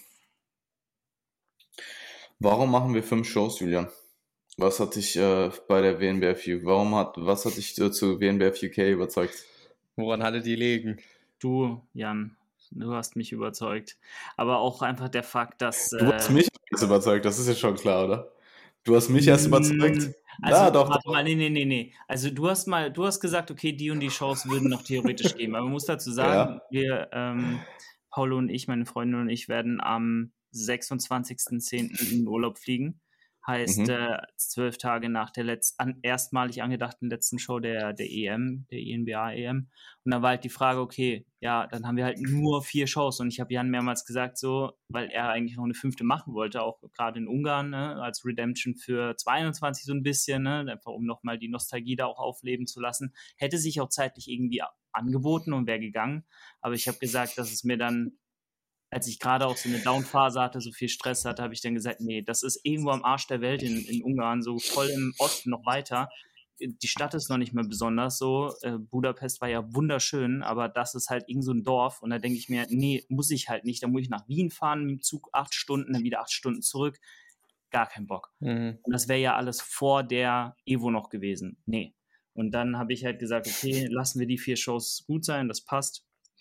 warum machen wir fünf Shows, Julian? Was hat dich äh, bei der W N B F U, warum hat, was hat dich äh, zu W N B F U K überzeugt? Woran hattet ihr liegen? du, Jan, du hast mich überzeugt. Aber auch einfach der Fakt, dass. Du hast Äh, mich erst überzeugt, das ist ja schon klar, oder? Du hast mich erst überzeugt? Mm, Also, Na, doch, warte doch. mal, nee, nee, nee, nee. Also, du hast mal, du hast gesagt, okay, die und die Shows würden noch theoretisch gehen. Aber man muss dazu sagen, Ja. wir, ähm, Paulo und ich, meine Freundin und ich, werden am sechsundzwanzigsten zehnten in den Urlaub fliegen. Heißt, Mhm. äh, zwölf Tage nach der letzt, an, erstmalig angedachten letzten Show der, der E M, der I N B A E M. Und dann war halt die Frage, okay, ja, dann haben wir halt nur vier Shows. Und ich habe Jan mehrmals gesagt, so, weil er eigentlich noch eine fünfte machen wollte, auch gerade in Ungarn, ne, als Redemption für zweiundzwanzig so ein bisschen, ne, einfach um nochmal die Nostalgie da auch aufleben zu lassen. Hätte sich auch zeitlich irgendwie angeboten und wäre gegangen. Aber ich habe gesagt, dass es mir dann, als ich gerade auch so eine Down-Phase hatte, so viel Stress hatte, habe ich dann gesagt, nee, das ist irgendwo am Arsch der Welt in, in Ungarn, so voll im Osten noch weiter. Die Stadt ist noch nicht mehr besonders so. Äh, Budapest war ja wunderschön, aber das ist halt irgend so ein Dorf. Und da denke ich mir, nee, muss ich halt nicht. Da muss ich nach Wien fahren mit dem Zug acht Stunden, dann wieder acht Stunden zurück. Gar kein Bock. Mhm. Und das wäre ja alles vor der Evo noch gewesen. Nee. Und dann habe ich halt gesagt, okay, lassen wir die vier Shows gut sein, das passt.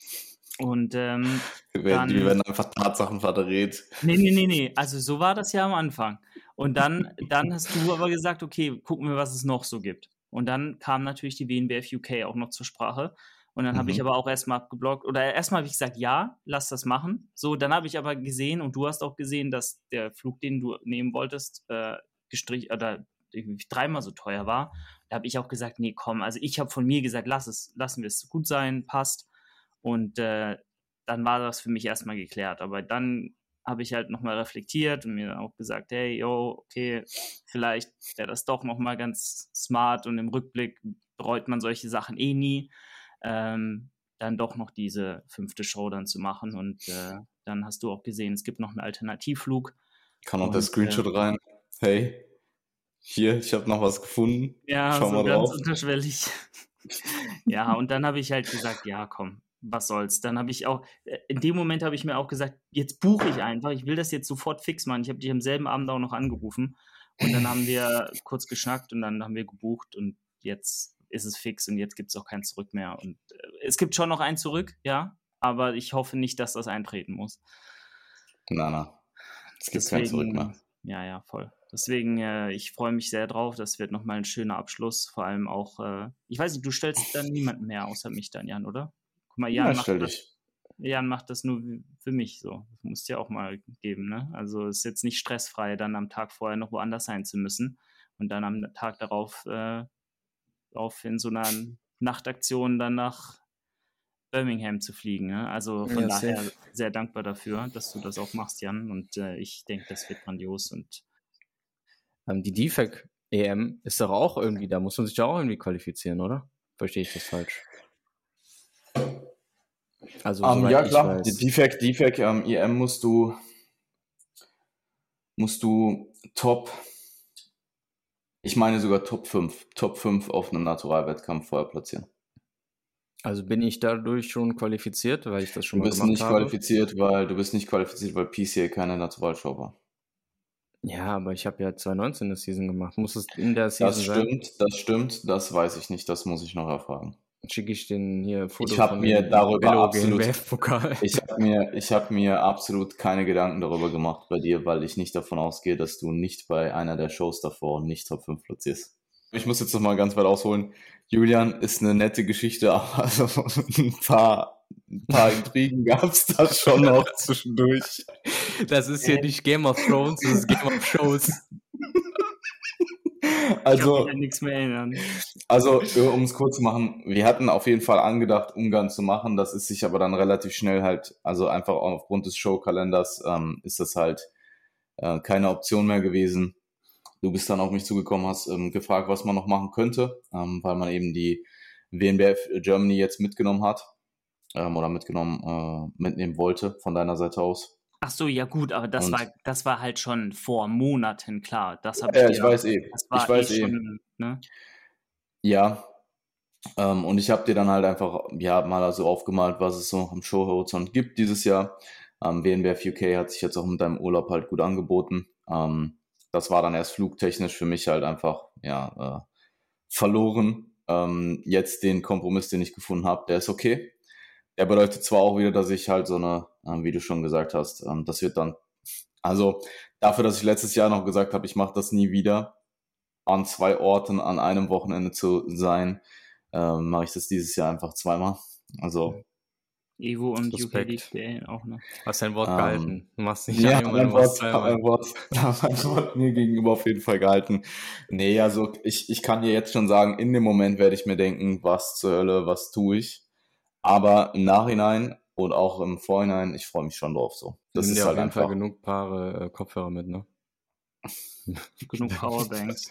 Und ähm, Wir werden, dann. wir werden einfach Tatsachen verdreht. Nee, nee, nee, nee. Also so war das ja am Anfang. Und dann, dann hast du aber gesagt, okay, gucken wir, was es noch so gibt. Und dann kam natürlich die W N B F U K auch noch zur Sprache. Und dann habe ich Mhm. aber auch erstmal abgeblockt. Oder erstmal habe ich gesagt, ja, lass das machen. So, dann habe ich aber gesehen, und du hast auch gesehen, dass der Flug, den du nehmen wolltest, äh, gestrichen oder irgendwie dreimal so teuer war. Da habe ich auch gesagt, nee, komm. Also ich habe von mir gesagt, lass es, lassen wir es gut sein, passt. Und äh, dann war das für mich erstmal geklärt. Aber dann habe ich halt nochmal reflektiert und mir auch gesagt, hey, yo, okay, vielleicht wäre das doch nochmal ganz smart und im Rückblick bereut man solche Sachen eh nie, ähm, dann doch noch diese fünfte Show dann zu machen. Und äh, dann hast du auch gesehen, es gibt noch einen Alternativflug. Kann noch der Und, Screenshot äh, rein. Hey, hier, ich habe noch was gefunden. Ja, Schau so mal ganz drauf. unterschwellig. Ja, und dann habe ich halt gesagt, ja, komm, was soll's. Dann habe ich auch, äh, in dem Moment habe ich mir auch gesagt, jetzt buche ich einfach, ich will das jetzt sofort fix machen. Ich habe dich am selben Abend auch noch angerufen und dann haben wir kurz geschnackt und dann haben wir gebucht und jetzt ist es fix und jetzt gibt es auch kein Zurück mehr. Und äh, es gibt schon noch ein Zurück, ja, aber ich hoffe nicht, dass das eintreten muss. Na, na. Es gibt kein Zurück mehr. Ja, ja, voll. Deswegen, äh, ich freue mich sehr drauf. Das wird nochmal ein schöner Abschluss. Vor allem auch, äh, ich weiß nicht, du stellst dann niemanden mehr außer mich dann, Jan, oder? Guck mal, Jan, Ja, macht, stell das, dich. Jan macht das nur für mich so. Das muss ja auch mal geben, ne? Also ist jetzt nicht stressfrei, dann am Tag vorher noch woanders sein zu müssen. und dann am Tag darauf äh, auf in so einer Nachtaktion dann nach Birmingham zu fliegen. Ne? Also von Ja, daher safe. sehr dankbar dafür, dass du das auch machst, Jan. Und äh, ich denke, das wird grandios. Und Ähm, die D F A C-E M ist doch auch irgendwie, da muss man sich doch auch irgendwie qualifizieren, oder? Verstehe ich das falsch? Also, Ähm, soweit ja, ich klar, die weiß. D F A C, D F A C ähm, E M musst du, musst du Top, ich meine sogar Top fünf, Top fünf auf einem Naturalwettkampf vorher platzieren. Also bin ich dadurch schon qualifiziert, weil ich das schon Du mal bist gemacht nicht habe? qualifiziert, weil du bist nicht qualifiziert, weil P C A keine Naturalshow war. Ja, aber ich habe ja zwanzig neunzehn eine Season gemacht. Muss es in der Season Das sein? stimmt, das stimmt, das weiß ich nicht, das muss ich noch erfragen. Schicke ich den hier Foto Ich habe von mir dem darüber Bello absolut, GmbF-Pokal. ich habe mir, ich habe mir absolut keine Gedanken darüber gemacht bei dir, weil ich nicht davon ausgehe, dass du nicht bei einer der Shows davor nicht Top fünf platzierst. Ich muss jetzt noch mal ganz weit ausholen. Julian ist eine nette Geschichte, aber also ein paar, ein paar Intrigen gab es da schon noch zwischendurch. Das ist hier nicht Game of Thrones, das ist Game of Shows. ich Also, kann mich an nichts mehr erinnern. Also, um es kurz zu machen, wir hatten auf jeden Fall angedacht, Ungarn zu machen. Das ist sich aber dann relativ schnell halt, also einfach aufgrund des Showkalenders, ähm, ist das halt äh, keine Option mehr gewesen. Du bist dann auf mich zugekommen, hast ähm, gefragt, was man noch machen könnte, ähm, weil man eben die W N B F Germany jetzt mitgenommen hat ähm, oder mitgenommen, äh, mitnehmen wollte von deiner Seite aus. Ach so, ja gut, aber das Und- war das war halt schon vor Monaten klar. Das habe Ja, ich ich dir, weiß eh. das war Ich weiß eh eh. schon, ne? Ja, ähm, und ich habe dir dann halt einfach ja mal so aufgemalt, was es so am Showhorizont gibt dieses Jahr. Ähm, W N B F U K hat sich jetzt auch mit deinem Urlaub halt gut angeboten. Ähm, das war dann erst flugtechnisch für mich halt einfach ja äh, verloren. Ähm, jetzt den Kompromiss, den ich gefunden habe, der ist okay. Der bedeutet zwar auch wieder, dass ich halt so eine, ähm, wie du schon gesagt hast, ähm, das wird dann, also dafür, dass ich letztes Jahr noch gesagt habe, ich mache das nie wieder, an zwei Orten an einem Wochenende zu sein, ähm, mache ich das dieses Jahr einfach zweimal. Also Evo und U K D Respekt. F B A auch noch. Hast dein Wort Ähm, gehalten. Du machst nicht ja, einmal, mein du machst Wort, hab zweimal. mein Wort, hab mein Wort mir gegenüber auf jeden Fall gehalten. Nee, also ich, ich kann dir jetzt schon sagen, in dem Moment werde ich mir denken, was zur Hölle, was tue ich? Aber im Nachhinein und auch im Vorhinein, ich freue mich schon drauf so. Das Nimm ist dir halt auf jeden Fall einfach. genug Paare äh, Kopfhörer mit, ne? Genug Powerbanks.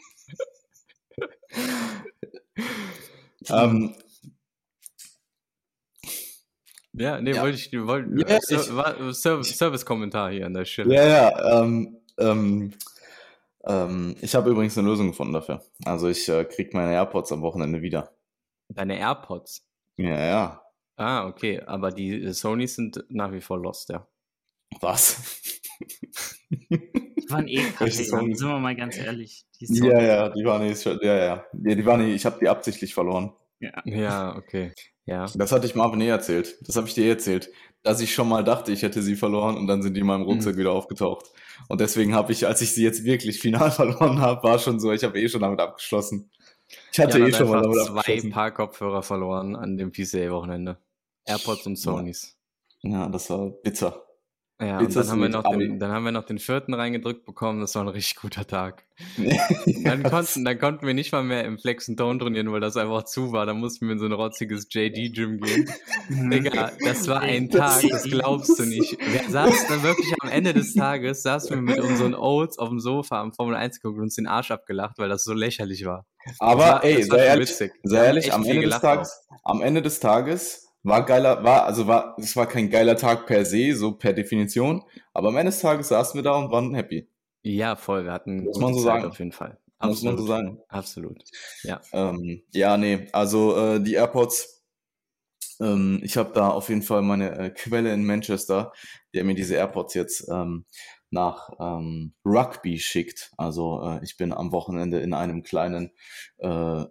Ähm, Ja, nee, Ja. wollte ich, wollte, Ja, äh, Ser- ich- war- Service, Service-Kommentar hier an der Stelle. ja, ja, ähm, ähm, ähm, ich habe übrigens eine Lösung gefunden dafür. Also ich äh, krieg meine AirPods am Wochenende wieder. Deine AirPods. Ja, ja. Ah, okay, aber die äh, Sonys sind nach wie vor lost, ja. Was? Die waren eh kacke, Welche Jan. Sonys? Sind wir mal ganz ehrlich. Die Ja, Sonys. ja, die waren eh schon, ja, ja. Ja, die waren eh, ich habe die absichtlich verloren. Ja. Ja, okay. Ja. Das hatte ich Marvin eh erzählt. Das habe ich dir eh erzählt. Dass ich schon mal dachte, ich hätte sie verloren und dann sind die in meinem Rucksack wieder aufgetaucht. Und deswegen habe ich, als ich sie jetzt wirklich final verloren habe, war schon so, ich habe eh schon damit abgeschlossen. Ich hatte Jan eh hat schon mal einfach damit zwei abgeschlossen. Paar Kopfhörer verloren an dem P C A-Wochenende. AirPods und Sonys. Ja, das war bitter. Ja, und Bitter dann haben, wir sweet, noch aber- den, dann haben wir noch den vierten reingedrückt bekommen. Das war ein richtig guter Tag. Dann konnten, dann konnten wir nicht mal mehr im Flex and Tone trainieren, weil das einfach zu war. Da mussten wir in so ein rotziges J D-Gym gehen. Digga, das war ein Das- Tag, das glaubst du nicht. Wir saßen dann wirklich am Ende des Tages, saßen wir mit unseren Oats auf dem Sofa am Formel eins geguckt und uns den Arsch abgelacht, weil das so lächerlich war. Aber Das war- ey, das war sei schon ehrlich, witzig. Wir sei haben ehrlich, echt am viel Ende des gelacht Tages, am Ende des Tages war geiler, war, also war, es war kein geiler Tag per se, so per Definition, aber am Ende des Tages saßen wir da und waren happy. Ja, voll, wir hatten Muss gute man so Zeit sagen. auf jeden Fall. Muss man so sagen. Absolut. Ja. Ähm, ja, nee, also äh, die AirPods, ähm, ich habe da auf jeden Fall meine äh, Quelle in Manchester, der mir diese AirPods jetzt ähm, nach ähm, Rugby schickt. Also äh, ich bin am Wochenende in einem kleinen äh,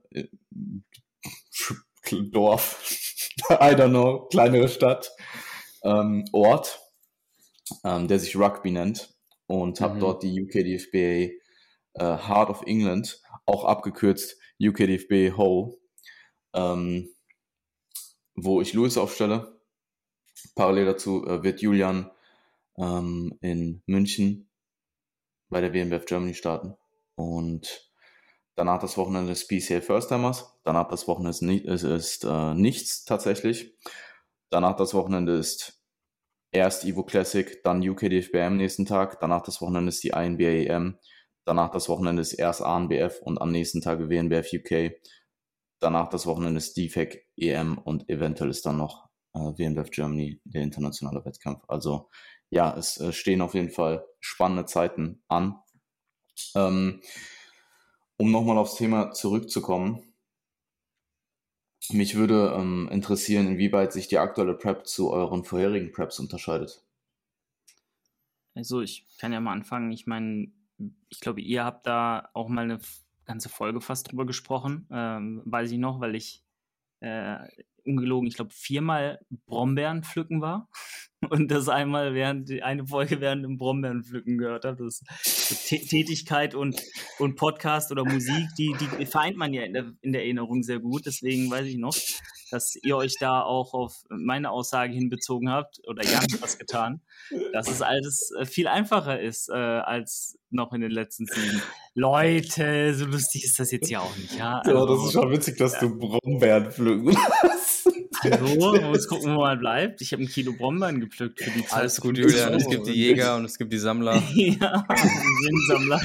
Dorf, I don't know, kleinere Stadt, ähm, Ort, ähm, der sich Rugby nennt und habe Mhm. dort die U K D F B A äh, Heart of England, auch abgekürzt U K D F B A Ho, ähm, wo ich Louis aufstelle. Parallel dazu äh, wird Julian ähm, in München bei der W N B F Germany starten und danach das Wochenende ist P C A First Timers, danach das Wochenende ist, ni- ist, ist äh, nichts tatsächlich, danach das Wochenende ist erst Evo Classic, dann U K D F B am nächsten Tag, danach das Wochenende ist die I N B A E M, danach das Wochenende ist erst A N B F und am nächsten Tag W N B F U K, danach das Wochenende ist D F A C E M und eventuell ist dann noch äh, W N B F Germany, der internationale Wettkampf. Also ja, es äh, stehen auf jeden Fall spannende Zeiten an. Ähm, um nochmal aufs Thema zurückzukommen, mich würde ähm, interessieren, inwieweit sich die aktuelle Prep zu euren vorherigen Preps unterscheidet. Also ich kann ja mal anfangen. Ich meine, ich glaube, ihr habt da auch mal eine f- ganze Folge fast drüber gesprochen. Ähm, weiß ich noch, weil ich äh, ungelogen, ich glaube, viermal Brombeeren pflücken war. Und das einmal während eine Folge während dem Brombeeren pflücken gehört habe. Das so Tä- Tätigkeit und, und Podcast oder Musik, die, die vereint man ja in der, in der Erinnerung sehr gut. Deswegen weiß ich noch, dass ihr euch da auch auf meine Aussage hinbezogen habt oder ihr habt was getan, dass es alles äh, viel einfacher ist äh, als noch in den letzten Siegen. Leute, so lustig ist das jetzt ja auch nicht, ja? So, das Also, ist schon witzig, dass du Brombeeren pflücken hast. hallo, man muss gucken, wo man bleibt. Ich habe ein Kilo Brombeeren gepflückt für die Zeit. Alles gut, fünfzig Julian. Es Euro. gibt die Jäger und es gibt die Sammler. Ja, Rinsammler.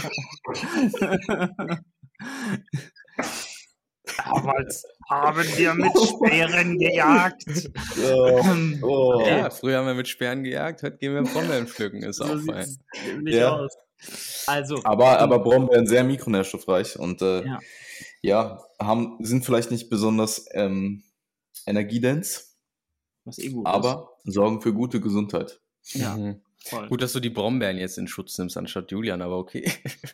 Damals haben wir mit Speeren gejagt. Oh, oh. Ja, früher haben wir mit Sperren gejagt, heute gehen wir Brombeeren pflücken. Ist So auch sieht's fein. nämlich Ja. aus. Also, Aber, aber Brombeeren sehr mikronährstoffreich und äh, ja. ja, haben, sind vielleicht nicht besonders ähm, energiedens, Was eh gut aber sorgen für gute Gesundheit. ist. Ja, Mhm. voll. Gut, dass du die Brombeeren jetzt in Schutz nimmst, anstatt Julian, aber okay.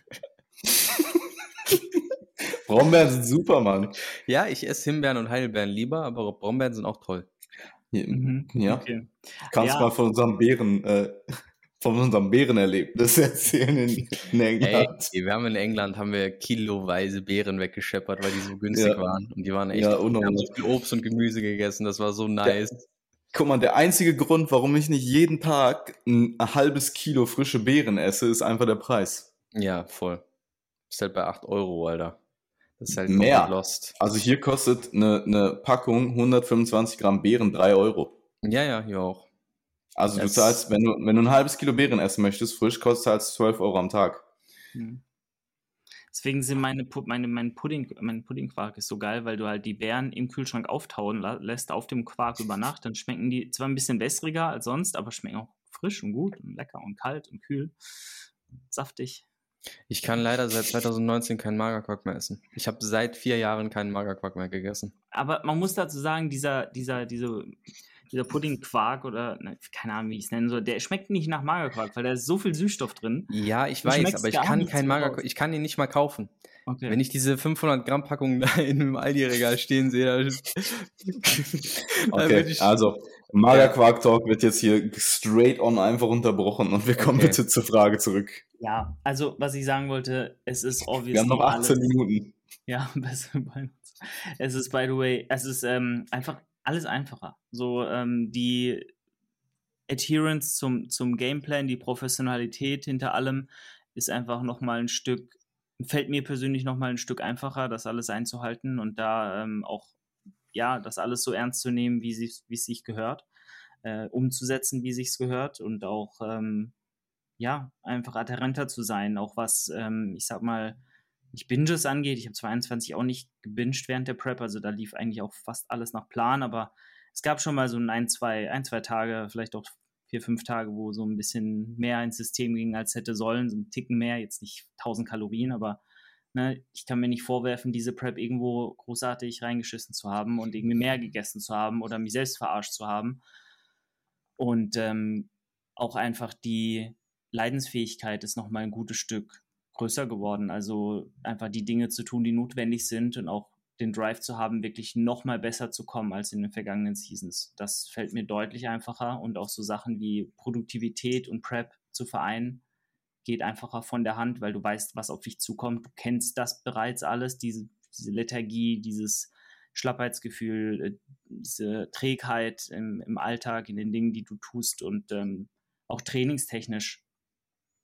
Brombeeren sind super, Mann. Ja, ich esse Himbeeren und Heidelbeeren lieber, aber Brombeeren sind auch toll. Ja, Mhm. ja. Okay. Kannst Ja. mal von unserem Bären, äh, von unserem Bärenerlebnis erzählen in, in Ey, England. wir haben in England haben wir kiloweise Beeren weggescheppert, weil die so günstig Ja. waren. Und die waren echt Ja, gut. Wir haben unnormal. so viel Obst und Gemüse gegessen, das war so nice. Guck mal, der einzige Grund, warum ich nicht jeden Tag ein, ein halbes Kilo frische Beeren esse, ist einfach der Preis. Ja, voll. Ist halt bei acht Euro, Alter. Das ist halt Mehr. komplett lost. Also hier kostet eine, eine Packung hundertfünfundzwanzig Gramm Beeren drei Euro. Ja, ja, hier auch. Also Das- du zahlst, wenn du, wenn du ein halbes Kilo Beeren essen möchtest, frisch, kostet zahlst zwölf Euro am Tag. Hm. Deswegen sind meine, Pu- meine, mein, Pudding, mein Puddingquark ist so geil, weil du halt die Beeren im Kühlschrank auftauen la- lässt auf dem Quark über Nacht. Dann schmecken die zwar ein bisschen wässriger als sonst, aber schmecken auch frisch und gut und lecker und kalt und kühl. Saftig. Ich kann leider seit zwanzig neunzehn keinen Magerquark mehr essen. Ich habe seit vier Jahren keinen Magerquark mehr gegessen. Aber man muss dazu sagen, dieser, dieser, diese, dieser Puddingquark oder ne, keine Ahnung, wie ich es nennen soll, der schmeckt nicht nach Magerquark, weil da ist so viel Süßstoff drin. Ja, ich Du weiß, schmeckst aber ich gar kann nichts keinen mehr Magerquark, raus. ich kann ihn nicht mal kaufen. Okay. Wenn ich diese fünfhundert Gramm Packung da in einem Aldi-Regal stehen sehe, dann, dann Okay, würde ich... also Magerquark-Talk wird jetzt hier straight on einfach unterbrochen und wir kommen Okay. bitte zur Frage zurück. Ja, also was ich sagen wollte, es ist obviously Wir haben noch achtzehn alles, Minuten. ja, besser bei uns. Es ist, by the way, es ist ähm, einfach alles einfacher. So ähm, die Adherence zum, zum Gameplan, die Professionalität hinter allem ist einfach nochmal ein Stück, fällt mir persönlich nochmal ein Stück einfacher, das alles einzuhalten und da ähm, auch, ja, das alles so ernst zu nehmen, wie es wie es sich gehört, äh, umzusetzen, wie es sich gehört und auch, ähm, ja, einfach adherenter zu sein, auch was, ähm, ich sag mal, nicht Binges angeht. Ich habe zweiundzwanzig auch nicht gebinged während der Prep, also da lief eigentlich auch fast alles nach Plan, aber es gab schon mal so ein, zwei, ein, zwei Tage, vielleicht auch vier, fünf Tage, wo so ein bisschen mehr ins System ging, als hätte sollen, so ein Ticken mehr, jetzt nicht tausend Kalorien, aber ne, ich kann mir nicht vorwerfen, diese Prep irgendwo großartig reingeschissen zu haben und irgendwie mehr gegessen zu haben oder mich selbst verarscht zu haben. Und ähm, auch einfach die Leidensfähigkeit ist nochmal ein gutes Stück größer geworden. Also einfach die Dinge zu tun, die notwendig sind und auch den Drive zu haben, wirklich nochmal besser zu kommen als in den vergangenen Seasons. Das fällt mir deutlich einfacher und auch so Sachen wie Produktivität und Prep zu vereinen, geht einfacher von der Hand, weil du weißt, was auf dich zukommt. Du kennst das bereits alles, diese, diese Lethargie, dieses Schlappheitsgefühl, diese Trägheit im, im Alltag, in den Dingen, die du tust und ähm, auch trainingstechnisch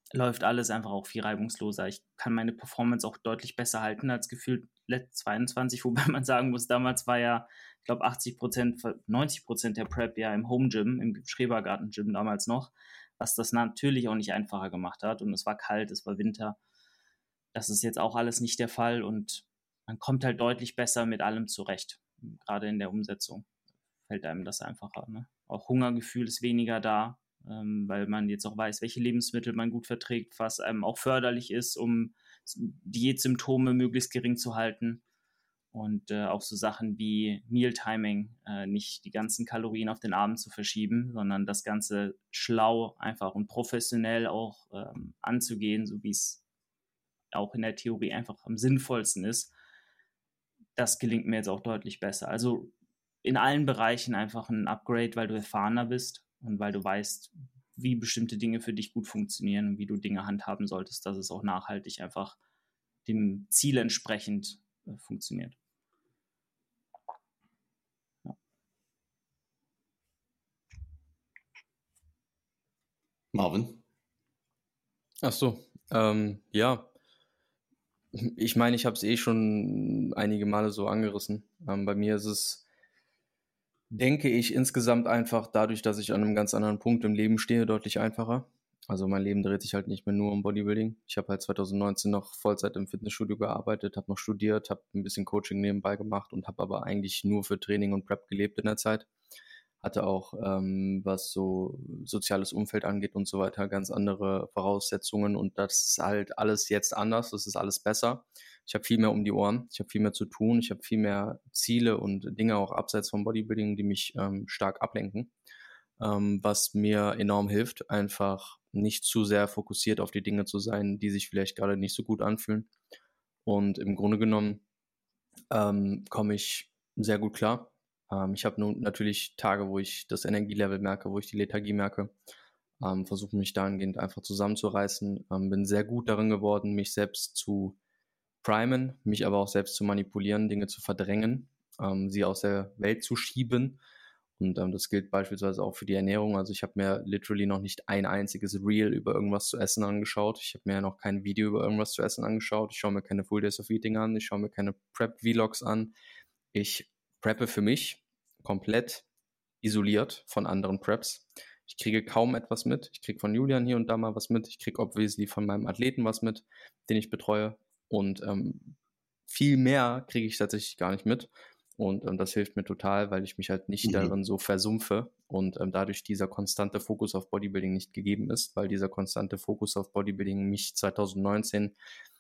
läuft alles einfach auch viel reibungsloser. Ich kann meine Performance auch deutlich besser halten als gefühlt zweiundzwanzig, wobei man sagen muss, damals war ja, ich glaube, achtzig Prozent, neunzig Prozent der Prep ja im Home Gym, im Schrebergarten Gym damals noch, was das natürlich auch nicht einfacher gemacht hat. Und es war kalt, es war Winter. Das ist jetzt auch alles nicht der Fall und man kommt halt deutlich besser mit allem zurecht. Gerade in der Umsetzung fällt einem das einfacher. Ne? Auch Hungergefühl ist weniger da, ähm, weil man jetzt auch weiß, welche Lebensmittel man gut verträgt, was einem auch förderlich ist, um Diätsymptome möglichst gering zu halten. Und äh, auch so Sachen wie Mealtiming, äh, nicht die ganzen Kalorien auf den Abend zu verschieben, sondern das Ganze schlau einfach und professionell auch ähm, anzugehen, so wie es auch in der Theorie einfach am sinnvollsten ist. Das gelingt mir jetzt auch deutlich besser. Also in allen Bereichen einfach ein Upgrade, weil du erfahrener bist und weil du weißt, wie bestimmte Dinge für dich gut funktionieren und wie du Dinge handhaben solltest, dass es auch nachhaltig einfach dem Ziel entsprechend äh, funktioniert. Ja. Marvin? Ach so, ähm, ja. Ich meine, ich habe es eh schon einige Male so angerissen. Ähm, bei mir ist es, denke ich, insgesamt einfach dadurch, dass ich an einem ganz anderen Punkt im Leben stehe, deutlich einfacher. Also mein Leben dreht sich halt nicht mehr nur um Bodybuilding. Ich habe halt zwanzig neunzehn noch Vollzeit im Fitnessstudio gearbeitet, habe noch studiert, habe ein bisschen Coaching nebenbei gemacht und habe aber eigentlich nur für Training und Prep gelebt in der Zeit. Hatte auch, ähm, was so soziales Umfeld angeht und so weiter, ganz andere Voraussetzungen und das ist halt alles jetzt anders, das ist alles besser. Ich habe viel mehr um die Ohren, ich habe viel mehr zu tun, ich habe viel mehr Ziele und Dinge auch abseits vom Bodybuilding, die mich ähm, stark ablenken, ähm, was mir enorm hilft, einfach nicht zu sehr fokussiert auf die Dinge zu sein, die sich vielleicht gerade nicht so gut anfühlen. Und im Grunde genommen ähm, komme ich sehr gut klar. Ähm, ich habe nun natürlich Tage, wo ich das Energielevel merke, wo ich die Lethargie merke. Ähm, versuche mich dahingehend einfach zusammenzureißen. Ähm, bin sehr gut darin geworden, mich selbst zu primen, mich aber auch selbst zu manipulieren, Dinge zu verdrängen, ähm, sie aus der Welt zu schieben. Und ähm, das gilt beispielsweise auch für die Ernährung. Also ich habe mir literally noch nicht ein einziges Reel über irgendwas zu essen angeschaut. Ich habe mir noch kein Video über irgendwas zu essen angeschaut. Ich schaue mir keine Full Days of Eating an. Ich schaue mir keine Prep-Vlogs an. Ich preppe für mich komplett isoliert von anderen Preps. Ich kriege kaum etwas mit. Ich kriege von Julian hier und da mal was mit. Ich kriege obviously von meinem Athleten was mit, den ich betreue. Und ähm, viel mehr kriege ich tatsächlich gar nicht mit. Und ähm, das hilft mir total, weil ich mich halt nicht mhm. darin so versumpfe und ähm, dadurch dieser konstante Fokus auf Bodybuilding nicht gegeben ist, weil dieser konstante Fokus auf Bodybuilding mich zwanzig neunzehn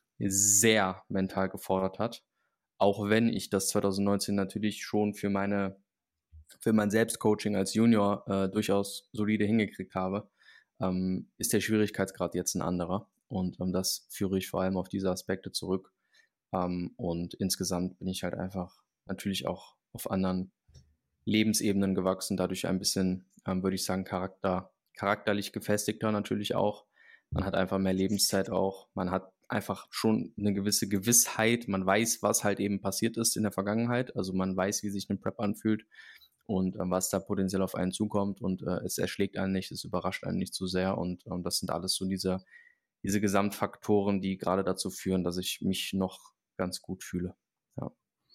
sehr mental gefordert hat. Auch wenn ich das zwanzig neunzehn natürlich schon für meine für mein Selbstcoaching als Junior äh, durchaus solide hingekriegt habe, ähm, ist der Schwierigkeitsgrad jetzt ein anderer. Und ähm, das führe ich vor allem auf diese Aspekte zurück. Ähm, und insgesamt bin ich halt einfach natürlich auch auf anderen Lebensebenen gewachsen, dadurch ein bisschen, ähm, würde ich sagen, Charakter, charakterlich gefestigter natürlich auch. Man hat einfach mehr Lebenszeit auch. Man hat einfach schon eine gewisse Gewissheit. Man weiß, was halt eben passiert ist in der Vergangenheit. Also man weiß, wie sich eine Prep anfühlt und äh, was da potenziell auf einen zukommt. Und äh, es erschlägt einen nicht, es überrascht einen nicht so sehr. Und ähm, das sind alles so diese, diese Gesamtfaktoren, die gerade dazu führen, dass ich mich noch ganz gut fühle. Ja.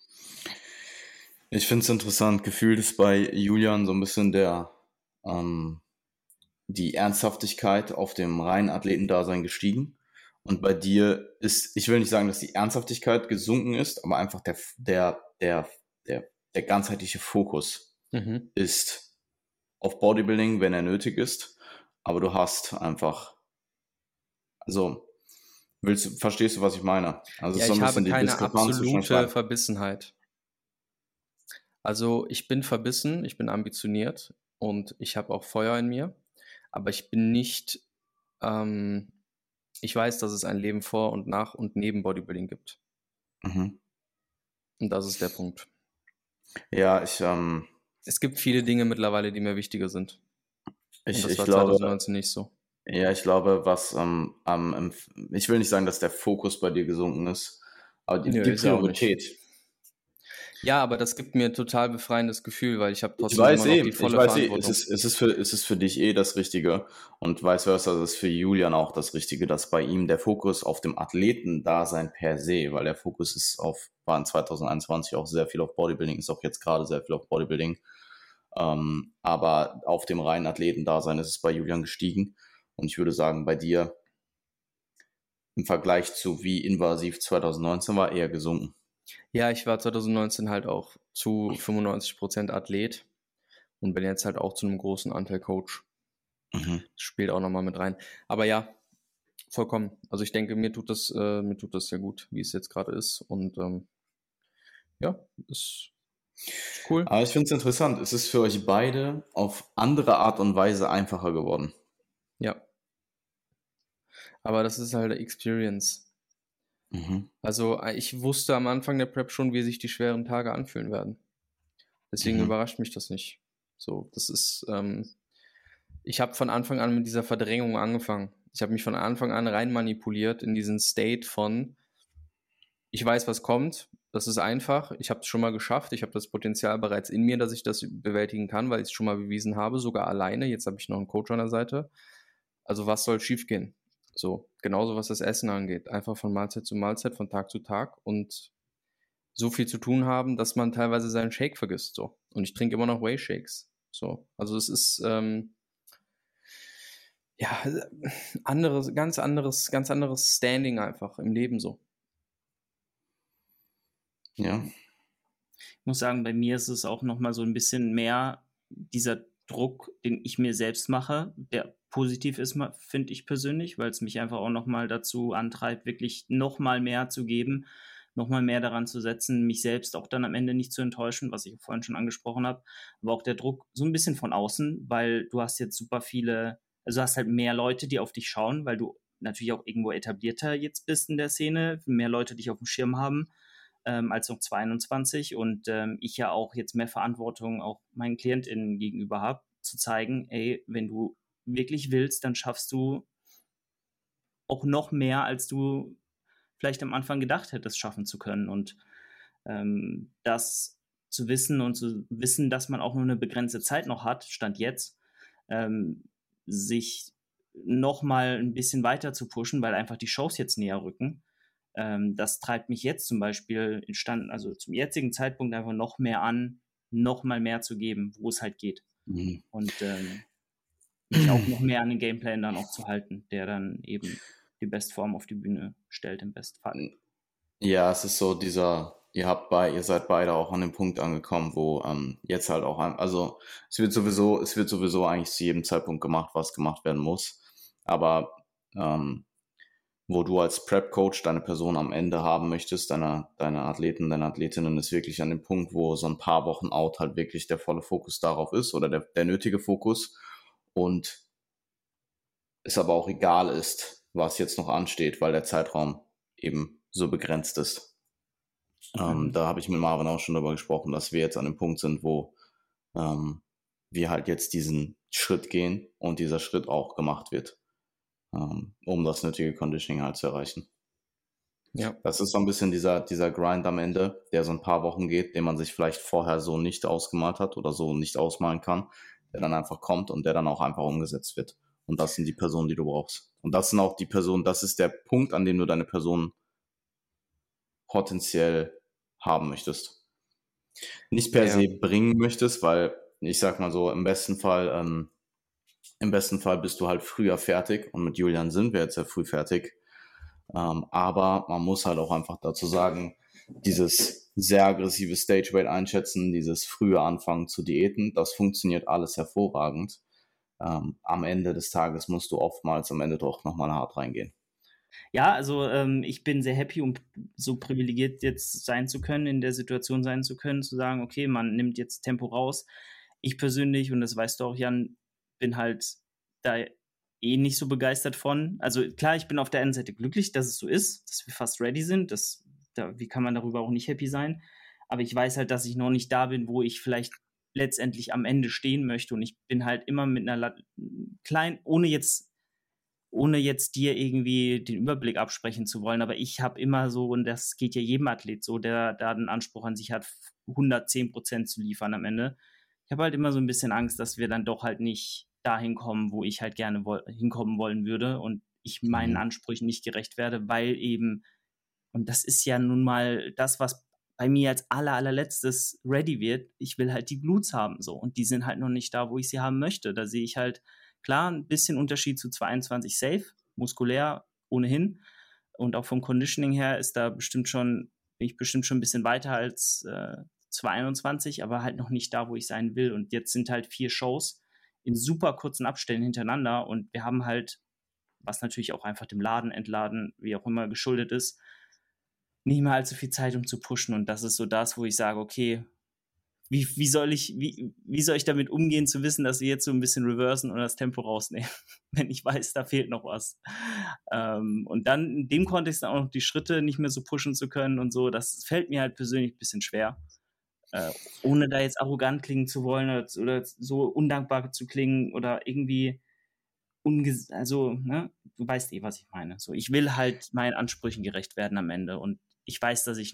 Ich finde es interessant. Gefühlt ist bei Julian so ein bisschen der ähm, die Ernsthaftigkeit auf dem reinen Athletendasein gestiegen. Und bei dir ist, ich will nicht sagen, dass die Ernsthaftigkeit gesunken ist, aber einfach der, der, der, der, der ganzheitliche Fokus mhm. ist auf Bodybuilding, wenn er nötig ist. Aber du hast einfach, also, willst du, verstehst du, was ich meine? Also ja, so ein ich bisschen habe keine die absolute Verbissenheit. Also ich bin verbissen, ich bin ambitioniert und ich habe auch Feuer in mir, aber ich bin nicht, ähm, ich weiß, dass es ein Leben vor und nach und neben Bodybuilding gibt. Mhm. Und das ist der Punkt. Ja, ich, ähm, es gibt viele Dinge mittlerweile, die mir wichtiger sind. Ich, und das ich war glaube, zwanzig neunzehn nicht so. Ja, ich glaube, was ähm, ähm, ich will nicht sagen, dass der Fokus bei dir gesunken ist, aber die, Nö, die ist er auch Priorität. nicht. Ja, aber das gibt mir ein total befreiendes Gefühl, weil ich habe Ich trotzdem weiß immer noch eh, die ich volle weiß eh, es Verantwortung. ist, es ist für, es ist für dich eh das Richtige und vice versa, das ist für Julian auch das Richtige, dass bei ihm der Fokus auf dem Athletendasein per se, weil der Fokus ist auf, war in zwanzig einundzwanzig auch sehr viel auf Bodybuilding, ist auch jetzt gerade sehr viel auf Bodybuilding, ähm, aber auf dem reinen Athletendasein ist es bei Julian gestiegen und ich würde sagen, bei dir im Vergleich zu wie invasiv zwanzig neunzehn war, eher gesunken. Ja, ich war zwanzig neunzehn halt auch zu fünfundneunzig Prozent Athlet und bin jetzt halt auch zu einem großen Anteil Coach. Mhm. Das spielt auch nochmal mit rein. Aber ja, vollkommen. Also ich denke, mir tut das, äh, mir tut das sehr gut, wie es jetzt gerade ist. Und ähm, ja, ist, ist cool. Aber ich finde es interessant, es ist für euch beide auf andere Art und Weise einfacher geworden. Ja. Aber das ist halt Experience. Mhm. Also ich wusste am Anfang der Prep schon, wie sich die schweren Tage anfühlen werden. Deswegen Mhm. überrascht mich das nicht. So, das ist, ähm, ich habe von Anfang an mit dieser Verdrängung angefangen. Ich habe mich von Anfang an rein manipuliert in diesen State von, ich weiß, was kommt, das ist einfach, ich habe es schon mal geschafft, ich habe das Potenzial bereits in mir, dass ich das bewältigen kann, weil ich es schon mal bewiesen habe, sogar alleine. Jetzt habe ich noch einen Coach an der Seite. Also was soll schiefgehen? So, genauso was das Essen angeht. Einfach von Mahlzeit zu Mahlzeit, von Tag zu Tag und so viel zu tun haben, dass man teilweise seinen Shake vergisst. So. Und ich trinke immer noch Whey Shakes. So. Also es ist ähm, ja anderes, ganz anderes, ganz anderes Standing einfach im Leben so. Ja. Ich muss sagen, bei mir ist es auch nochmal so ein bisschen mehr dieser Druck, den ich mir selbst mache, der positiv ist, finde ich persönlich, weil es mich einfach auch nochmal dazu antreibt, wirklich nochmal mehr zu geben, nochmal mehr daran zu setzen, mich selbst auch dann am Ende nicht zu enttäuschen, was ich vorhin schon angesprochen habe, aber auch der Druck so ein bisschen von außen, weil du hast jetzt super viele, also du hast halt mehr Leute, die auf dich schauen, weil du natürlich auch irgendwo etablierter jetzt bist in der Szene, mehr Leute dich auf dem Schirm haben, ähm, als noch zweiundzwanzig und ähm, ich ja auch jetzt mehr Verantwortung auch meinen KlientInnen gegenüber habe, zu zeigen, ey, wenn du wirklich willst, dann schaffst du auch noch mehr, als du vielleicht am Anfang gedacht hättest, schaffen zu können. Und ähm, das zu wissen und zu wissen, dass man auch nur eine begrenzte Zeit noch hat, Stand jetzt, ähm, sich noch mal ein bisschen weiter zu pushen, weil einfach die Shows jetzt näher rücken. Ähm, das treibt mich jetzt zum Beispiel in Stand, also zum jetzigen Zeitpunkt einfach noch mehr an, noch mal mehr zu geben, wo es halt geht. Mhm. Und ähm, mich auch noch mehr an den Gameplan dann auch zu halten, der dann eben die Bestform auf die Bühne stellt im Bestfall. Ja, es ist so dieser, ihr habt bei, ihr seid beide auch an dem Punkt angekommen, wo ähm, jetzt halt auch, ein, also es wird sowieso, es wird sowieso eigentlich zu jedem Zeitpunkt gemacht, was gemacht werden muss. Aber ähm, wo du als Prep-Coach deine Person am Ende haben möchtest, deine, deine Athleten, deine Athletinnen, ist wirklich an dem Punkt, wo so ein paar Wochen out halt wirklich der volle Fokus darauf ist oder der, der nötige Fokus und es aber auch egal ist, was jetzt noch ansteht, weil der Zeitraum eben so begrenzt ist. Ähm, Mhm. da habe ich mit Marvin auch schon darüber gesprochen, dass wir jetzt an dem Punkt sind, wo ähm, wir halt jetzt diesen Schritt gehen und dieser Schritt auch gemacht wird, ähm, um das nötige Conditioning halt zu erreichen. Ja. Das ist so ein bisschen dieser, dieser Grind am Ende, der so ein paar Wochen geht, den man sich vielleicht vorher so nicht ausgemalt hat oder so nicht ausmalen kann, der dann einfach kommt und der dann auch einfach umgesetzt wird. Und das sind die Personen, die du brauchst. Und das sind auch die Personen, das ist der Punkt, an dem du deine Person potenziell haben möchtest. Nicht per Ja. se bringen möchtest, weil ich sag mal so, im besten Fall, ähm, im besten Fall bist du halt früher fertig und mit Julian sind wir jetzt ja früh fertig. Ähm, aber man muss halt auch einfach dazu sagen, dieses sehr aggressive Stage-Weight einschätzen, dieses frühe Anfangen zu Diäten, das funktioniert alles hervorragend. Ähm, am Ende des Tages musst du oftmals am Ende doch nochmal hart reingehen. Ja, also ähm, ich bin sehr happy, um so privilegiert jetzt sein zu können, in der Situation sein zu können, zu sagen, okay, man nimmt jetzt Tempo raus. Ich persönlich, und das weißt du auch, Jan, bin halt da eh nicht so begeistert von. Also klar, ich bin auf der einen Seite glücklich, dass es so ist, dass wir fast ready sind. Das, da, wie kann man darüber auch nicht happy sein? Aber ich weiß halt, dass ich noch nicht da bin, wo ich vielleicht letztendlich am Ende stehen möchte. Und ich bin halt immer mit einer kleinen, ohne jetzt ohne jetzt dir irgendwie den Überblick absprechen zu wollen, aber ich habe immer so, und das geht ja jedem Athlet so, der da den Anspruch an sich hat, hundertzehn Prozent zu liefern am Ende. Ich habe halt immer so ein bisschen Angst, dass wir dann doch halt nicht dahin kommen, wo ich halt gerne wo- hinkommen wollen würde und ich meinen Mhm. Ansprüchen nicht gerecht werde, weil eben, und das ist ja nun mal das, was bei mir als aller, allerletztes ready wird. Ich will halt die Glutes haben, so. Und die sind halt noch nicht da, wo ich sie haben möchte. Da sehe ich halt, klar, ein bisschen Unterschied zu zweiundzwanzig safe, muskulär ohnehin. Und auch vom Conditioning her ist da bestimmt schon, bin ich bestimmt schon ein bisschen weiter als äh, zweiundzwanzig, aber halt noch nicht da, wo ich sein will. Und jetzt sind halt vier Shows in super kurzen Abständen hintereinander und wir haben halt, was natürlich auch einfach dem Laden entladen, wie auch immer geschuldet ist, nicht mehr allzu viel Zeit, um zu pushen. Und das ist so das, wo ich sage, okay, wie, wie, soll ich, wie, wie soll ich damit umgehen, zu wissen, dass wir jetzt so ein bisschen reversen und das Tempo rausnehmen, wenn ich weiß, da fehlt noch was. Ähm, und dann in dem Kontext auch noch die Schritte nicht mehr so pushen zu können und so, das fällt mir halt persönlich ein bisschen schwer. Äh, ohne da jetzt arrogant klingen zu wollen oder, oder so undankbar zu klingen oder irgendwie unges also, ne, du weißt eh, was ich meine. So, ich will halt meinen Ansprüchen gerecht werden am Ende und ich weiß, dass ich